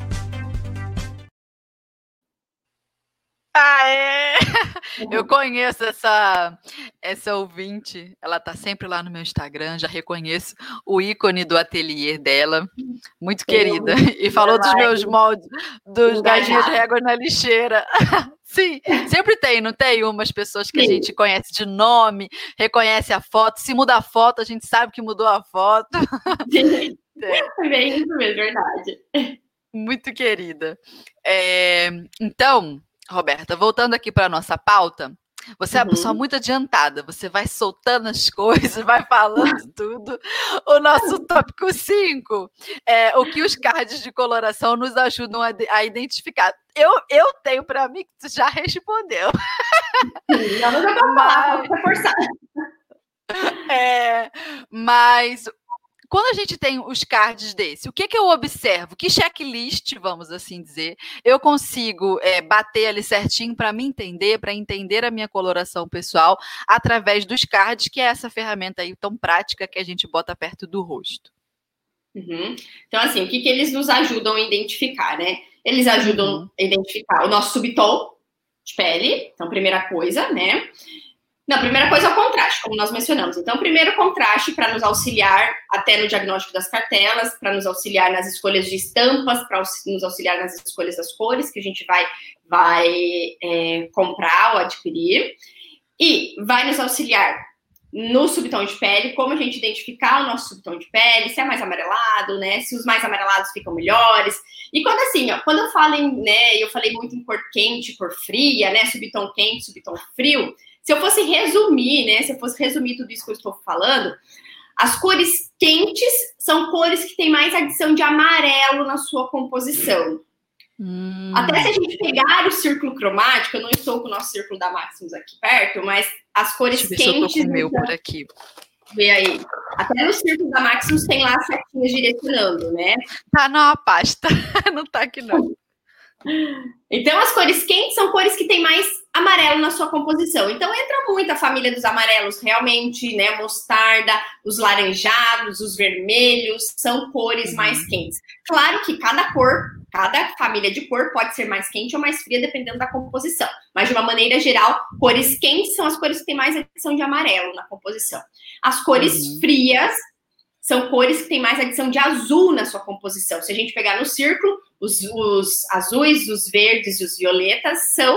Ah, é! Eu conheço essa, essa ouvinte. Ela tá sempre lá no meu Instagram. Já reconheço o ícone do ateliê dela. Muito querida. E falou dos meus moldes, dos, das minhas réguas na lixeira. Sim, sempre tem, não tem? Umas pessoas que Sim. a gente conhece de nome, reconhece a foto. Se muda a foto, a gente sabe que mudou a foto. Sim. É bem isso mesmo, verdade. Muito querida. É, então, Roberta, voltando aqui para a nossa pauta, você uhum. é uma pessoa muito adiantada, você vai soltando as coisas, vai falando tudo. O nosso tópico cinco é o que os cards de coloração nos ajudam a, a identificar. Eu, eu tenho para mim que tu já respondeu. Não, não vou falar, vou forçar. É, mas quando a gente tem os cards desse, o que, que eu observo? Que checklist, vamos assim dizer, eu consigo é, bater ali certinho para me entender, para entender a minha coloração pessoal através dos cards, que é essa ferramenta aí tão prática que a gente bota perto do rosto. Uhum. Então, assim, o que, que eles nos ajudam a identificar, né? Eles ajudam uhum. a identificar o nosso subtom de pele, então, primeira coisa, né? Não, a primeira coisa é o contraste, como nós mencionamos. Então, primeiro contraste para nos auxiliar até no diagnóstico das cartelas, para nos auxiliar nas escolhas de estampas, para nos auxiliar nas escolhas das cores que a gente vai, vai é, comprar ou adquirir. E vai nos auxiliar no subtom de pele, como a gente identificar o nosso subtom de pele, se é mais amarelado, né? Se os mais amarelados ficam melhores. E quando assim, ó, quando eu falo em, né, eu falei muito em cor quente, cor fria, né? Subtom quente, subtom frio. Se eu fosse resumir, né? Se eu fosse resumir tudo isso que eu estou falando, as cores quentes são cores que têm mais adição de amarelo na sua composição. Hum. Até se a gente pegar o círculo cromático, eu não estou com o nosso círculo da Maximus aqui perto, mas as cores Deixa eu ver quentes. Se eu tô com o meu por aqui. Vê aí. Até no círculo da Maximus tem lá setinhas direcionando, né? Tá na pasta, não tá aqui não. Então, as cores quentes são cores que têm mais amarelo na sua composição. Então, entra muito a família dos amarelos, realmente, né? Mostarda, os laranjados, os vermelhos, são cores uhum. mais quentes. Claro que cada cor, cada família de cor pode ser mais quente ou mais fria, dependendo da composição. Mas, de uma maneira geral, cores quentes são as cores que têm mais adição de amarelo na composição. As cores uhum. frias são cores que têm mais adição de azul na sua composição. Se a gente pegar no círculo, os, os azuis, os verdes e os violetas são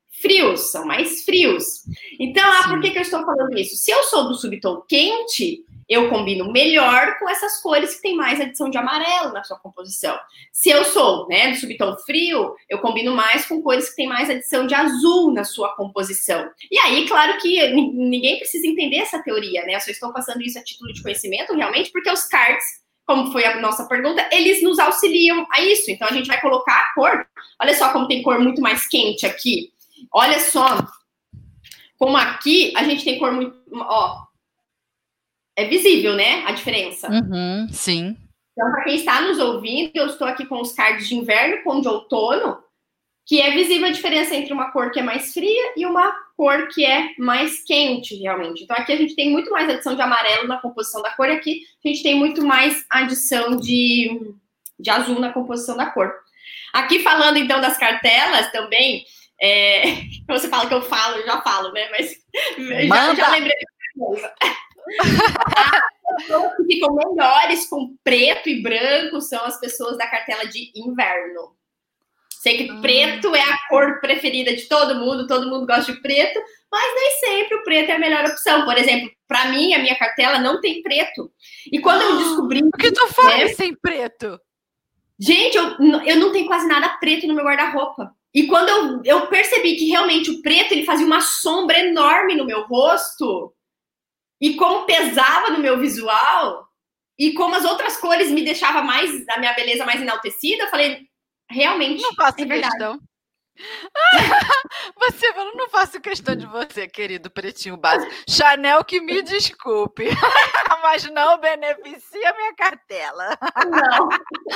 frios, são mais frios. Então, ah, por que, que eu estou falando isso? Se eu sou do subtom quente, eu combino melhor com essas cores que tem mais adição de amarelo na sua composição. Se eu sou, né, do subtom frio, eu combino mais com cores que tem mais adição de azul na sua composição. E aí, claro que ninguém precisa entender essa teoria, né? Eu só estou passando isso a título de conhecimento, realmente, porque os cards, como foi a nossa pergunta, eles nos auxiliam a isso. Então, a gente vai colocar a cor. Olha só como tem cor muito mais quente aqui. Olha só como aqui a gente tem cor muito... Ó, é visível, né, a diferença. Uhum, sim. Então, para quem está nos ouvindo, eu estou aqui com os cards de inverno, com de outono, que é visível a diferença entre uma cor que é mais fria e uma cor que é mais quente, realmente. Então, aqui a gente tem muito mais adição de amarelo na composição da cor, e aqui a gente tem muito mais adição de, de azul na composição da cor. Aqui, falando, então, das cartelas também, é, você fala que eu falo, eu já falo, né? Mas já, já lembrei de uma coisa. As pessoas que ficam melhores com preto e branco são as pessoas da cartela de inverno. Sei que hum. preto é a cor preferida de todo mundo, todo mundo gosta de preto, mas nem sempre o preto é a melhor opção. Por exemplo, para mim, a minha cartela não tem preto. E quando eu descobri... O que tu faz né, sem preto? Gente, eu, eu não tenho quase nada preto no meu guarda-roupa. E quando eu, eu percebi que realmente o preto ele fazia uma sombra enorme no meu rosto, e como pesava no meu visual, e como as outras cores me deixavam mais, a minha beleza mais enaltecida, eu falei, realmente, não faço é verdade. questão. Você falou, não faço questão de você, querido pretinho básico. Chanel que me desculpe, mas não beneficia minha cartela. Não.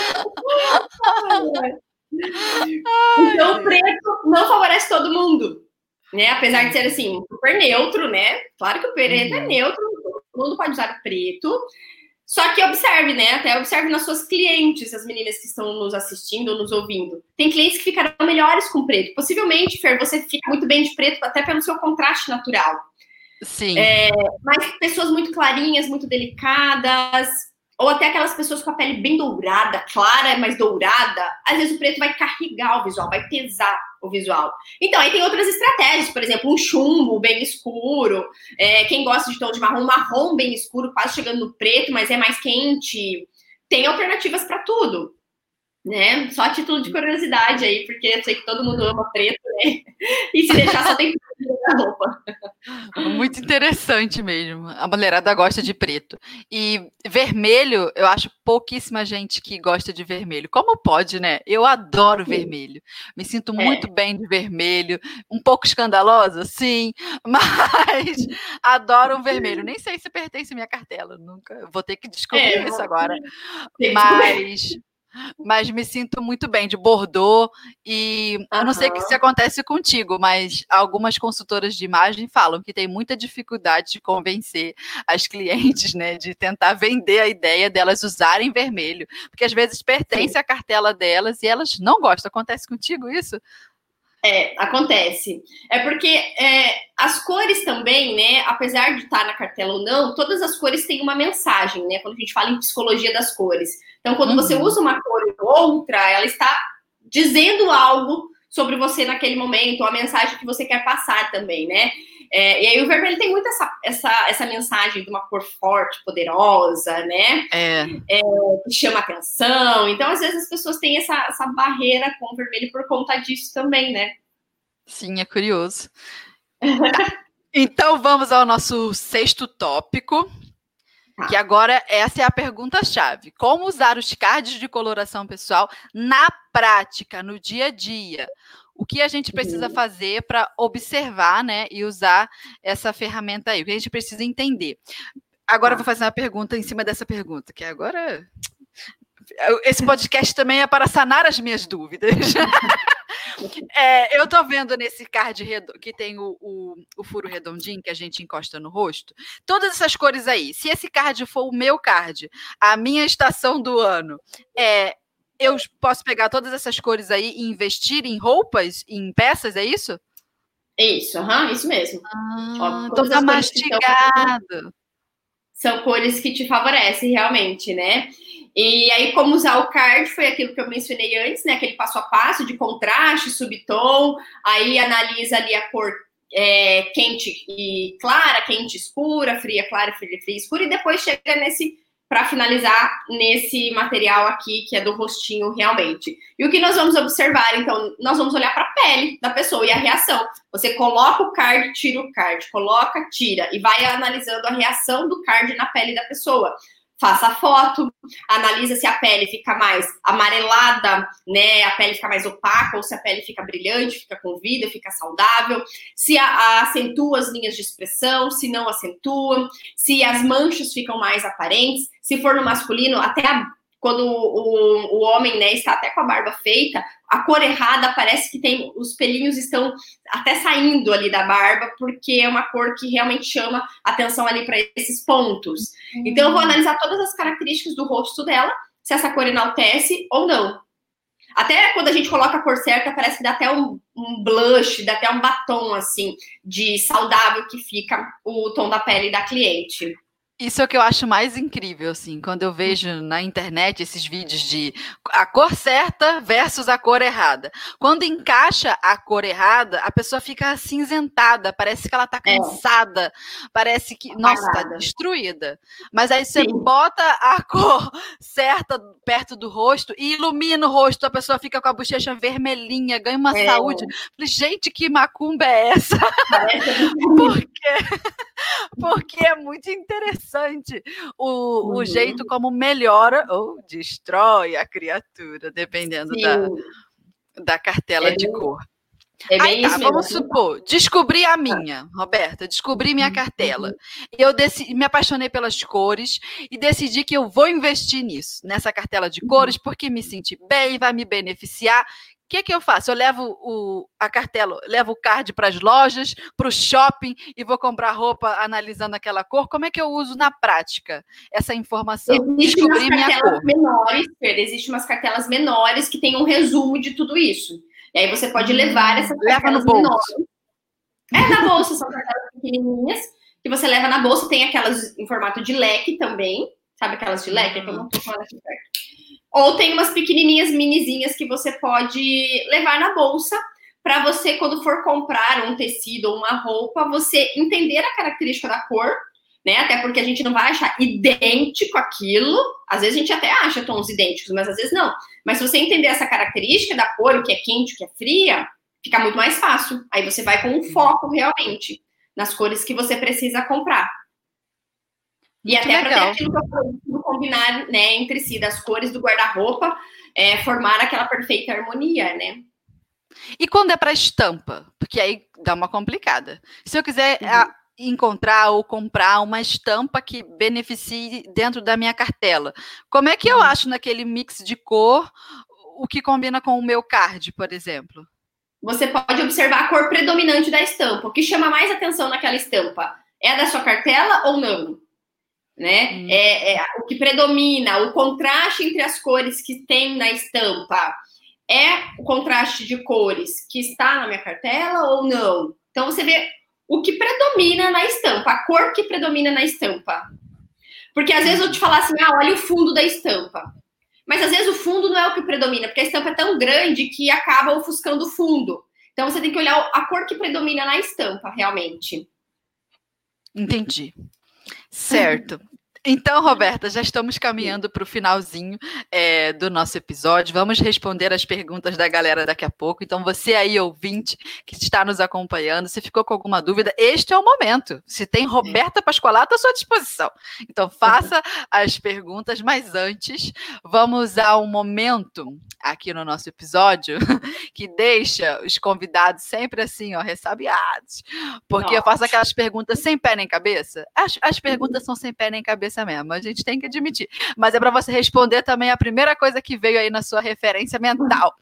Então, o preto não favorece todo mundo, né? Apesar de ser assim, super neutro, né? Claro que o preto uhum. é neutro, todo mundo pode usar o preto. Só que observe, né? Até observe nas suas clientes, as meninas que estão nos assistindo ou nos ouvindo. Tem clientes que ficarão melhores com preto. Possivelmente, Fer, você fica muito bem de preto até pelo seu contraste natural. Sim. É, mas pessoas muito clarinhas, muito delicadas, ou até aquelas pessoas com a pele bem dourada, clara, mas dourada, às vezes o preto vai carregar o visual, vai pesar o visual. Então, aí tem outras estratégias, por exemplo, um chumbo bem escuro, é, quem gosta de tom de marrom, marrom bem escuro, quase chegando no preto, mas é mais quente. Tem alternativas para tudo, né? Só a título de curiosidade aí, porque eu sei que todo mundo ama preto, né? E se deixar só tem na roupa. Muito interessante mesmo. A mulherada gosta de preto. E vermelho, eu acho pouquíssima gente que gosta de vermelho. Como pode, né? Eu adoro sim. vermelho. Me sinto é. muito bem de vermelho. Um pouco escandalosa, sim, mas adoro o vermelho. Nem sei se pertence à minha cartela. Nunca vou ter que descobrir é, isso agora. Mas... Mas me sinto muito bem de Bordeaux e uhum. eu não sei se acontece contigo, mas algumas consultoras de imagem falam que tem muita dificuldade de convencer as clientes, né, de tentar vender a ideia delas usarem vermelho, porque às vezes pertence à cartela delas e elas não gostam. Acontece contigo isso? É, acontece. É porque é, as cores também, né, apesar de estar na cartela ou não, todas as cores têm uma mensagem, né, quando a gente fala em psicologia das cores. Então, quando uhum. você usa uma cor ou outra, ela está dizendo algo sobre você naquele momento, a mensagem que você quer passar também, né? É, e aí o vermelho tem muito essa, essa, essa mensagem de uma cor forte, poderosa, né? É. É, que chama atenção. Então, às vezes, as pessoas têm essa, essa barreira com o vermelho por conta disso também, né? Sim, é curioso. Tá. Então, vamos ao nosso sexto tópico. Que agora essa é a pergunta-chave. Como usar os cards de coloração pessoal na prática, no dia a dia? O que a gente precisa fazer para observar, né, e usar essa ferramenta aí? O que a gente precisa entender? Agora eu vou fazer uma pergunta em cima dessa pergunta, que agora... Esse podcast também é para sanar as minhas dúvidas. É, eu tô vendo nesse card redondo, que tem o, o, o furo redondinho que a gente encosta no rosto, todas essas cores aí. Se esse card for o meu card, a minha estação do ano, é, eu posso pegar todas essas cores aí e investir em roupas, em peças, é isso? Isso, uhum, isso mesmo. Ah, Ó, toda mastigado. São cores que te favorecem realmente, né? E aí, como usar o card, foi aquilo que eu mencionei antes, né? Aquele passo a passo de contraste, subtom, aí analisa ali a cor é, quente e clara, quente e escura, fria, clara, fria, fria, escura, e depois chega nesse, para finalizar, nesse material aqui, que é do rostinho realmente. E o que nós vamos observar, então, nós vamos olhar para a pele da pessoa e a reação. Você coloca o card, tira o card, coloca, tira, e vai analisando a reação do card na pele da pessoa. Faça a foto, analisa se a pele fica mais amarelada, né? A pele fica mais opaca, ou se a pele fica brilhante, fica com vida, fica saudável. Se a, a acentua as linhas de expressão, se não acentua. Se as manchas ficam mais aparentes. Se for no masculino, até a, quando o, o homem, né, está até com a barba feita, a cor errada parece que tem, os pelinhos estão até saindo ali da barba, porque é uma cor que realmente chama atenção ali para esses pontos. Hum. Então, eu vou analisar todas as características do rosto dela, se essa cor enaltece ou não. Até quando a gente coloca a cor certa, parece que dá até um, um blush, dá até um batom, assim, de saudável que fica o tom da pele da cliente. Isso é o que eu acho mais incrível, assim, quando eu vejo na internet esses vídeos de a cor certa versus a cor errada. Quando encaixa a cor errada, a pessoa fica acinzentada, parece que ela tá cansada, é. parece que, nossa, tá destruída. Mas aí você Sim. bota a cor certa perto do rosto e ilumina o rosto, a pessoa fica com a bochecha vermelhinha, ganha uma é. saúde. Falei, gente, que macumba é essa? Porque, porque é muito interessante. O, uhum. o jeito como melhora ou destrói a criatura, dependendo da, da cartela é de bem, cor. É Aí tá, mesmo, vamos supor, descobri a minha, Roberta, descobri minha cartela. Uhum. Eu decidi, me apaixonei pelas cores e decidi que eu vou investir nisso, nessa cartela de cores, porque me senti bem, vai me beneficiar. O que, que eu faço? Eu levo o, a cartela, levo o card para as lojas, para o shopping e vou comprar roupa analisando aquela cor. Como é que eu uso na prática essa informação? Existem umas cartelas menores, existem umas cartelas menores que tem um resumo de tudo isso. E aí você pode levar essas leva cartelas no bolso. menores. É, na bolsa, são cartelas pequenininhas que você leva na bolsa. Tem aquelas em formato de leque também. Sabe aquelas de leque? É que eu não tô falando aqui perto. Ou tem umas pequenininhas minizinhas que você pode levar na bolsa para você, quando for comprar um tecido ou uma roupa, você entender a característica da cor, né? Até porque a gente não vai achar idêntico aquilo. Às vezes a gente até acha tons idênticos, mas às vezes não. Mas se você entender essa característica da cor, o que é quente, o que é fria, fica muito mais fácil. Aí você vai com um foco realmente nas cores que você precisa comprar. E Muito até para ter legal. aquilo que eu falei, combinar, né, entre si, das cores do guarda-roupa, é, formar aquela perfeita harmonia, né? E quando é para estampa? Porque aí dá uma complicada. Se eu quiser Uhum. a, encontrar ou comprar uma estampa que beneficie dentro da minha cartela, como é que eu Uhum. acho naquele mix de cor o que combina com o meu card, por exemplo? Você pode observar a cor predominante da estampa. O que chama mais atenção naquela estampa? É a da sua cartela ou não? Né? Hum. É, é, o que predomina, o contraste entre as cores que tem na estampa é o contraste de cores que está na minha cartela ou não? Então você vê o que predomina na estampa, a cor que predomina na estampa. Porque às vezes eu te falar assim, ah, olha o fundo da estampa. Mas às vezes o fundo não é o que predomina, porque a estampa é tão grande que acaba ofuscando o fundo. Então você tem que olhar a cor que predomina na estampa, realmente. Entendi. Certo. Então, Roberta, já estamos caminhando para o finalzinho é, do nosso episódio. Vamos responder as perguntas da galera daqui a pouco. Então, você aí, ouvinte, que está nos acompanhando, se ficou com alguma dúvida, este é o momento. Se tem Roberta Pascolato à sua disposição. Então, faça as perguntas, mas antes, vamos a um momento aqui no nosso episódio que deixa os convidados sempre assim, ó, ressabiados. Porque Nossa. eu faço aquelas perguntas sem pé nem cabeça. As, as perguntas são sem pé nem cabeça mesmo, a gente tem que admitir. Mas é para você responder também a primeira coisa que veio aí na sua referência mental.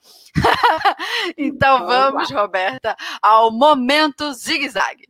Então vamos, Roberta, ao momento zigue-zague.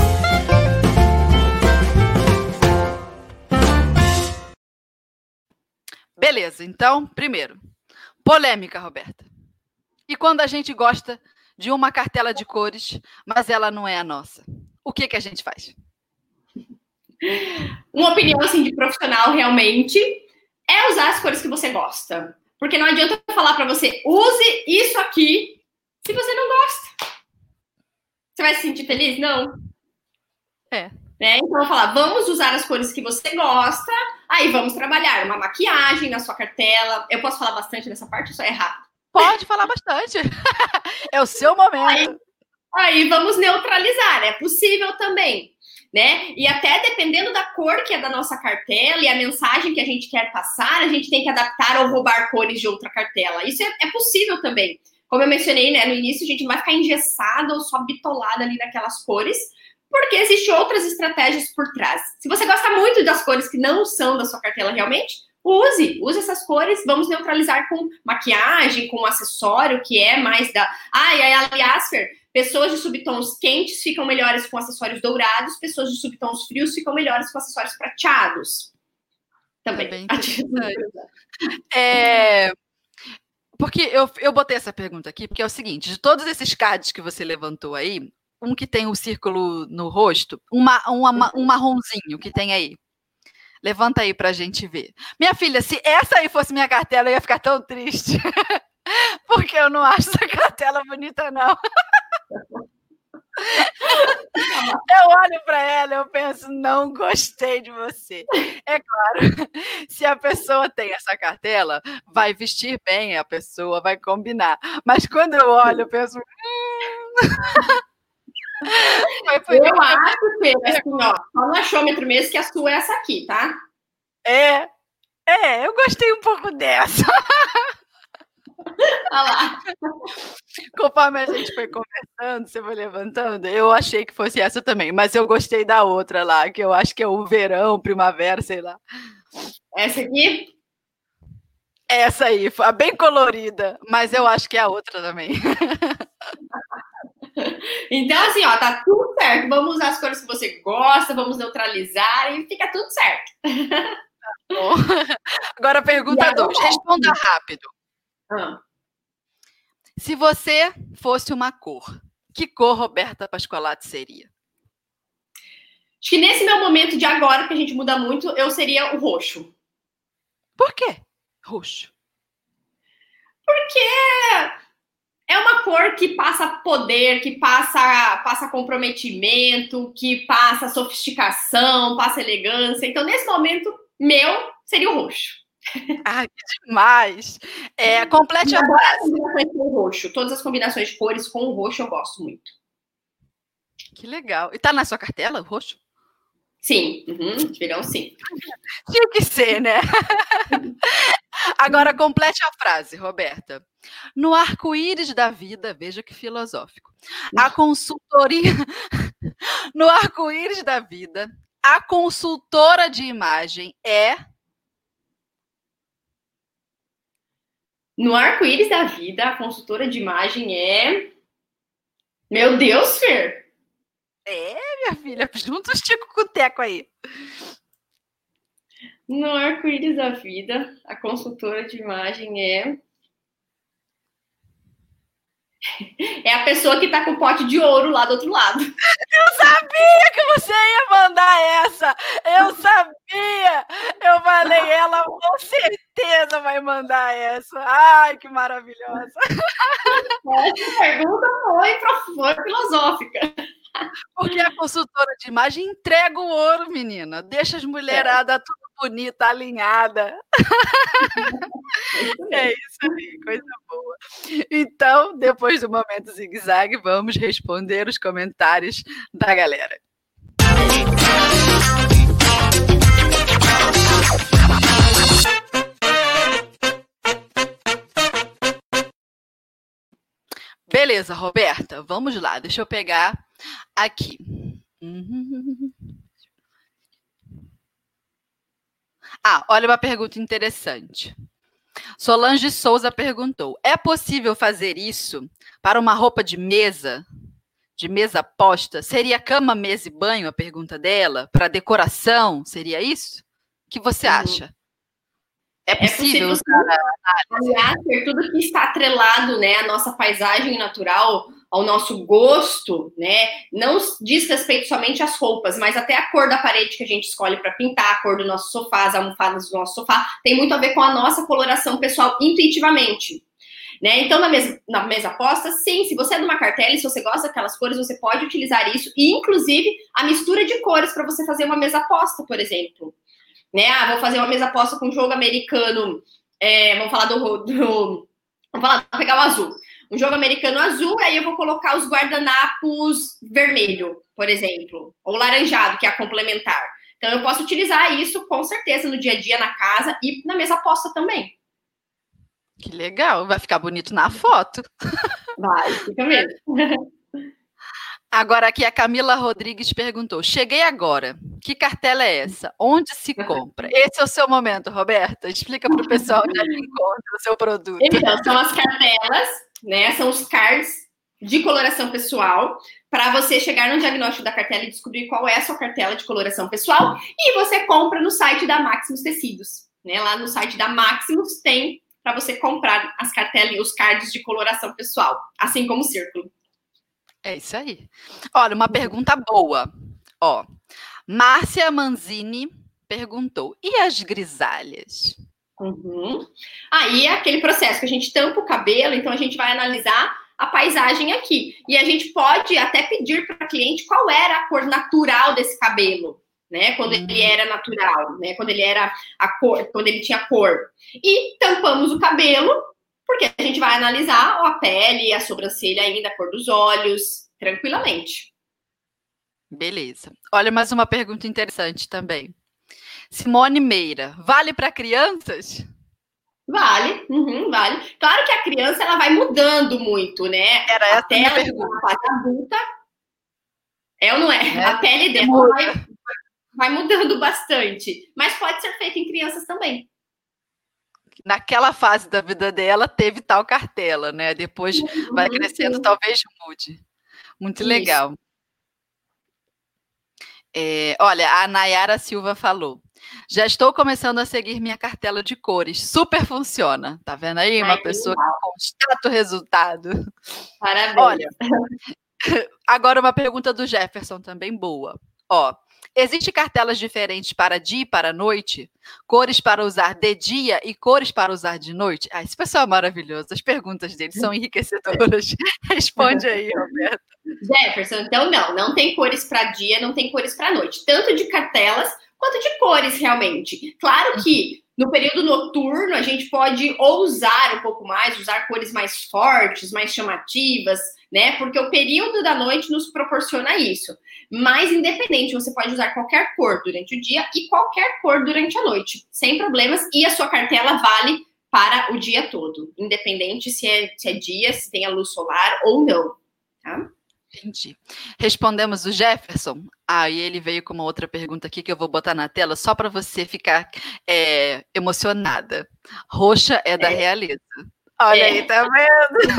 Beleza, então, primeiro, polêmica, Roberta. E quando a gente gosta de uma cartela de cores, mas ela não é a nossa, o que que a gente faz? Uma opinião assim de profissional realmente é usar as cores que você gosta. Porque não adianta eu falar para você, use isso aqui, se você não gosta. Você vai se sentir feliz? Não. É. Né? Então, eu vou falar, vamos usar as cores que você gosta, aí vamos trabalhar uma maquiagem na sua cartela. Eu posso falar bastante nessa parte ou só é rápido? Pode falar bastante. É o seu momento. Aí, aí vamos neutralizar, é possível também. Né? E até dependendo da cor que é da nossa cartela e a mensagem que a gente quer passar, a gente tem que adaptar ou roubar cores de outra cartela. Isso é, é possível também. Como eu mencionei, né, no início, a gente não vai ficar engessada ou só bitolada ali naquelas cores, porque existem outras estratégias por trás. Se você gosta muito das cores que não são da sua cartela realmente, use, use essas cores, vamos neutralizar com maquiagem, com acessório, que é mais da... Ah, e aí, aliás, Fer, pessoas de subtons quentes ficam melhores com acessórios dourados, pessoas de subtons frios ficam melhores com acessórios prateados. Também. É... Porque eu, eu botei essa pergunta aqui, porque é o seguinte, de todos esses cards que você levantou aí, um que tem o um círculo no rosto, um, uma, um marronzinho que tem aí. Levanta aí pra gente ver. Minha filha, se essa aí fosse minha cartela, eu ia ficar tão triste. Porque eu não acho essa cartela bonita, não. Eu olho para ela e eu penso, não gostei de você. É claro, se a pessoa tem essa cartela, vai vestir bem a pessoa, vai combinar. Mas quando eu olho, eu penso... Hum... Eu acho que, assim, ó, só no achômetro mesmo que a sua é essa aqui, tá? É, é, eu gostei um pouco dessa. Olha lá. Conforme a gente foi conversando, você foi levantando, eu achei que fosse essa também, mas eu gostei da outra lá, que eu acho que é o verão, primavera, sei lá. Essa aqui? Essa aí, foi bem colorida, mas eu acho que é a outra também. Então, assim, ó, tá tudo certo. Vamos usar as cores que você gosta, vamos neutralizar e fica tudo certo. Tá bom. Agora, pergunta dois. Responda rápido. Ah. Se você fosse uma cor, que cor Roberta Pasqualati seria? Acho que nesse meu momento de agora, que a gente muda muito, eu seria o roxo. Por quê roxo? Porque... é uma cor que passa poder, que passa, passa comprometimento, que passa sofisticação, passa elegância. Então, nesse momento, meu seria o roxo. Ai, que demais! É, complete a frase. Com o roxo. Todas as combinações de cores com o roxo eu gosto muito. Que legal. E tá na sua cartela, o roxo? Sim, uhum, verão sim. Tinha que ser, né? Agora, complete a frase, Roberta. No arco-íris da vida, veja que filosófico, a consultoria... No arco-íris da vida, a consultora de imagem é... No arco-íris da vida, a consultora de imagem é... Meu Deus, Fer! É, minha filha, junta os tico com o teco aí. No arco-íris da vida, a consultora de imagem é... É a pessoa que tá com o pote de ouro lá do outro lado. Eu sabia que você ia mandar essa! Eu sabia! Eu falei, ela com certeza vai mandar essa. Ai, que maravilhosa! Essa pergunta foi, foi filosófica. Porque a consultora de imagem entrega o ouro, menina. Deixa as mulheradas é. tudo bonita, alinhada. É isso aí, coisa boa. Então, depois do momento zigue-zague, vamos responder os comentários da galera. Beleza, Roberta, vamos lá. Deixa eu pegar aqui. Uhum. Ah, olha uma pergunta interessante. Solange Souza perguntou: é possível fazer isso para uma roupa de mesa, de mesa posta? Seria cama, mesa e banho? A pergunta dela. Para decoração, seria isso? O que você acha? É possível, é possível usar a análise? Aliás, tudo que está atrelado, né, à nossa paisagem natural, ao nosso gosto, né, não diz respeito somente às roupas, mas até a cor da parede que a gente escolhe para pintar, a cor do nosso sofá, as almofadas do nosso sofá, tem muito a ver com a nossa coloração pessoal intuitivamente. Né? Então, na mesa, na mesa aposta, sim, se você é de uma cartela e se você gosta daquelas cores, você pode utilizar isso, e inclusive a mistura de cores para você fazer uma mesa aposta, por exemplo. Né? Ah, vou fazer uma mesa aposta com jogo americano, é, vamos falar do, do... Vamos falar, vou pegar o azul. Um jogo americano azul, aí eu vou colocar os guardanapos vermelho, por exemplo, ou laranjado, que é a complementar. Então, eu posso utilizar isso, com certeza, no dia a dia, na casa e na mesa aposta também. Que legal, vai ficar bonito na foto. Vai, fica mesmo. Agora aqui a Camila Rodrigues perguntou, cheguei agora, que cartela é essa? Onde se compra? Esse é o seu momento, Roberta, explica para o pessoal onde é que encontra o seu produto. Então, são as cartelas, né, são os cards de coloração pessoal, para você chegar no diagnóstico da cartela e descobrir qual é a sua cartela de coloração pessoal, e você compra no site da Maximus Tecidos, né, lá no site da Maximus tem para você comprar as cartelas e os cards de coloração pessoal, assim como o círculo. É isso aí. Olha, uma pergunta boa. Ó, Márcia Manzini perguntou, e as grisalhas? Uhum. Aí é aquele processo que a gente tampa o cabelo, então a gente vai analisar a paisagem aqui. E a gente pode até pedir para a cliente qual era a cor natural desse cabelo, né? Quando hum. ele era natural, né? Quando ele era a cor, quando ele tinha cor. E tampamos o cabelo, porque a gente vai analisar a pele, a sobrancelha ainda, a cor dos olhos, tranquilamente. Beleza. Olha, mais uma pergunta interessante também. Simone Meira, vale para crianças? Vale, uhum, vale. Claro que a criança ela vai mudando muito, né? Era essa até ela pergunta. Fase adulta, é ou não é? é a pele dela muda. vai, vai mudando bastante, mas pode ser feita em crianças também. Naquela fase da vida dela, teve tal cartela, né? Depois uhum, vai crescendo, sim. Talvez mude. Muito Isso. legal. É, olha, a Nayara Silva falou, já estou começando a seguir minha cartela de cores, super funciona. Tá vendo aí? Uma Ai, pessoa que constata o resultado. Parabéns. Olha, agora uma pergunta do Jefferson também boa. Ó, existem cartelas diferentes para dia e para noite? Cores para usar de dia e cores para usar de noite? Ah, esse pessoal é maravilhoso. As perguntas dele são enriquecedoras. Responde aí, Roberta. Jefferson, então não, não tem cores para dia, não tem cores para noite. Tanto de cartelas quanto de cores, realmente. Claro que no período noturno a gente pode ousar um pouco mais, usar cores mais fortes, mais chamativas, né? Porque o período da noite nos proporciona isso. Mas, independente, você pode usar qualquer cor durante o dia e qualquer cor durante a noite, sem problemas. E a sua cartela vale para o dia todo, independente se é, se é dia, se tem a luz solar ou não, tá? Entendi. Respondemos o Jefferson. Aí ah, ele veio com uma outra pergunta aqui que eu vou botar na tela só para você ficar é, emocionada. Roxa é da é. realeza. Olha é. aí, tá vendo?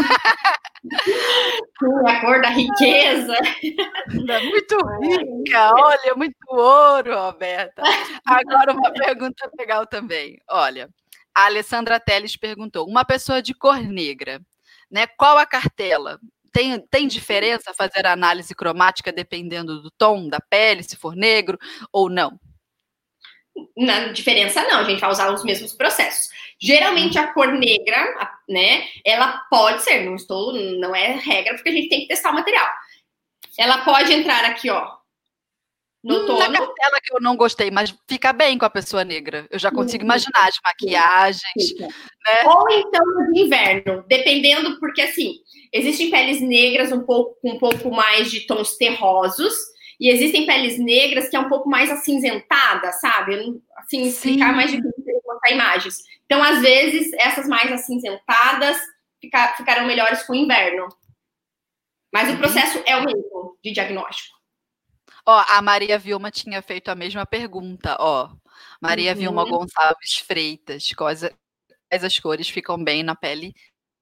A cor da riqueza. É muito rica, olha, muito ouro, Roberta. Agora uma pergunta legal também. Olha, a Alessandra Teles perguntou, uma pessoa de cor negra, né? Qual a cartela? Tem, tem diferença fazer a análise cromática dependendo do tom da pele, se for negro ou não? Na diferença não, a gente vai usar os mesmos processos. Geralmente a cor negra, né, ela pode ser, não estou, não é regra, porque a gente tem que testar o material. Ela pode entrar aqui, ó, no tono. Na cartela que eu não gostei, mas fica bem com a pessoa negra. Eu já consigo imaginar as maquiagens, né? Ou então no inverno, dependendo, porque assim, existem peles negras um pouco, com um pouco mais de tons terrosos, e existem peles negras que é um pouco mais acinzentada, sabe? Assim, explicar mais difícil de mostrar imagens. Então, às vezes, essas mais acinzentadas fica, ficarão melhores com o inverno. Mas o processo é o mesmo de diagnóstico. Ó, a Maria Vilma tinha feito a mesma pergunta, ó. Maria uhum. Vilma Gonçalves Freitas, quais as cores ficam bem na pele?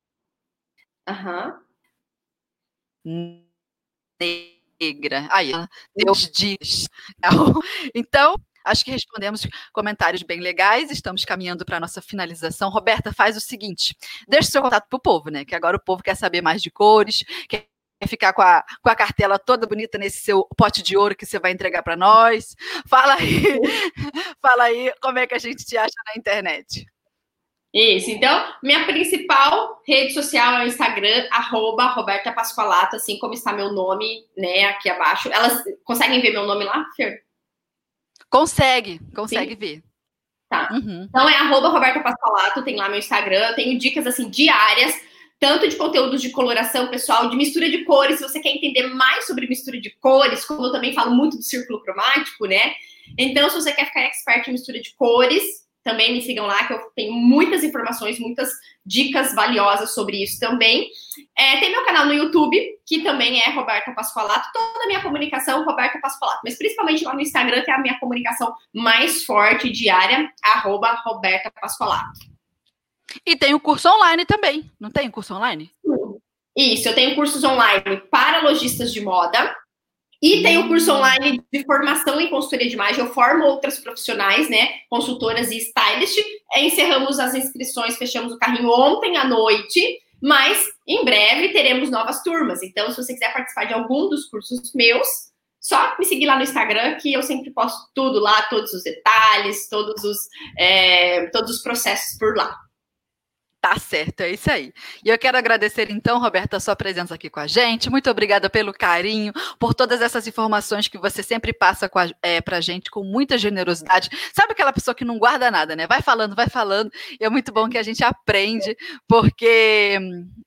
Aham. Uhum. Negra. Aí, Deus diz. Então, acho que respondemos comentários bem legais, estamos caminhando para a nossa finalização. Roberta, faz o seguinte, deixa o seu contato para o povo, né? Que agora o povo quer saber mais de cores, quer ficar com a, com a cartela toda bonita nesse seu pote de ouro que você vai entregar para nós. Fala aí, fala aí como é que a gente te acha na internet. Isso, então, minha principal rede social é o Instagram, arroba Roberta Pascoalato, assim como está meu nome, né, aqui abaixo. Elas conseguem ver meu nome lá, Fer? Consegue, consegue Sim? ver. Tá. Uhum. Então é arroba Roberta Pascoalato, tem lá meu Instagram, eu tenho dicas, assim, diárias, tanto de conteúdos de coloração pessoal, de mistura de cores, se você quer entender mais sobre mistura de cores, como eu também falo muito do círculo cromático, né? Então, se você quer ficar expert em mistura de cores, também me sigam lá, que eu tenho muitas informações, muitas dicas valiosas sobre isso também. É, tem meu canal no YouTube, que também é Roberta Pascoalato. Toda a minha comunicação, Roberta Pascoalato. Mas principalmente lá no Instagram, que é a minha comunicação mais forte, diária, arroba Roberta Pascoalato. E tem o curso online também. Não tem curso online? Isso, eu tenho cursos online para lojistas de moda. E tem o curso online de formação em consultoria de imagem. Eu formo outras profissionais, né? Consultoras e stylist. Encerramos as inscrições, fechamos o carrinho ontem à noite. Mas, em breve, teremos novas turmas. Então, se você quiser participar de algum dos cursos meus, só me seguir lá no Instagram, que eu sempre posto tudo lá, todos os detalhes, todos os, é, todos os processos por lá. Tá certo, é isso aí. E eu quero agradecer, então, Roberta, a sua presença aqui com a gente. Muito obrigada pelo carinho, por todas essas informações que você sempre passa com a, é, pra gente com muita generosidade. Sabe aquela pessoa que não guarda nada, né? Vai falando, vai falando. E é muito bom que a gente aprende, porque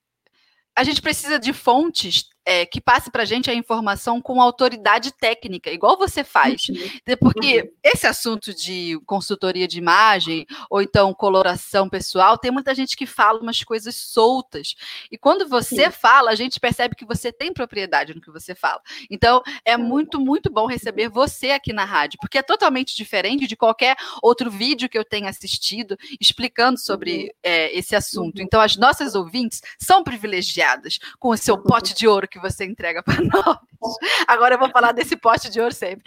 a gente precisa de fontes é, que passe para a gente a informação com autoridade técnica, igual você faz. Porque esse assunto de consultoria de imagem, ou então coloração pessoal, tem muita gente que fala umas coisas soltas. E quando você Sim. fala, a gente percebe que você tem propriedade no que você fala. Então, é muito, muito bom receber você aqui na rádio, porque é totalmente diferente de qualquer outro vídeo que eu tenha assistido explicando sobre é, esse assunto. Então, as nossas ouvintes são privilegiadas com o seu pote de ouro que você entrega para nós. Agora eu vou falar desse pote de ouro sempre.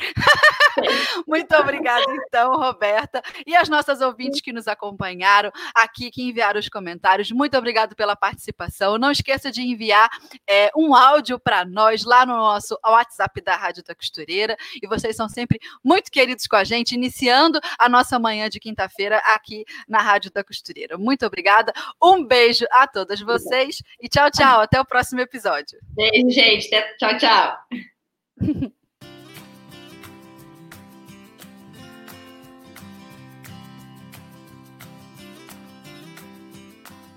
Muito obrigada, então, Roberta. E as nossas ouvintes que nos acompanharam aqui, que enviaram os comentários, muito obrigado pela participação. Não esqueça de enviar é, um áudio para nós lá no nosso WhatsApp da Rádio da Costureira. E vocês são sempre muito queridos com a gente, iniciando a nossa manhã de quinta-feira aqui na Rádio da Costureira. Muito obrigada. Um beijo a todas vocês e tchau, tchau. Até o próximo episódio. Beijo, gente. Tchau, tchau.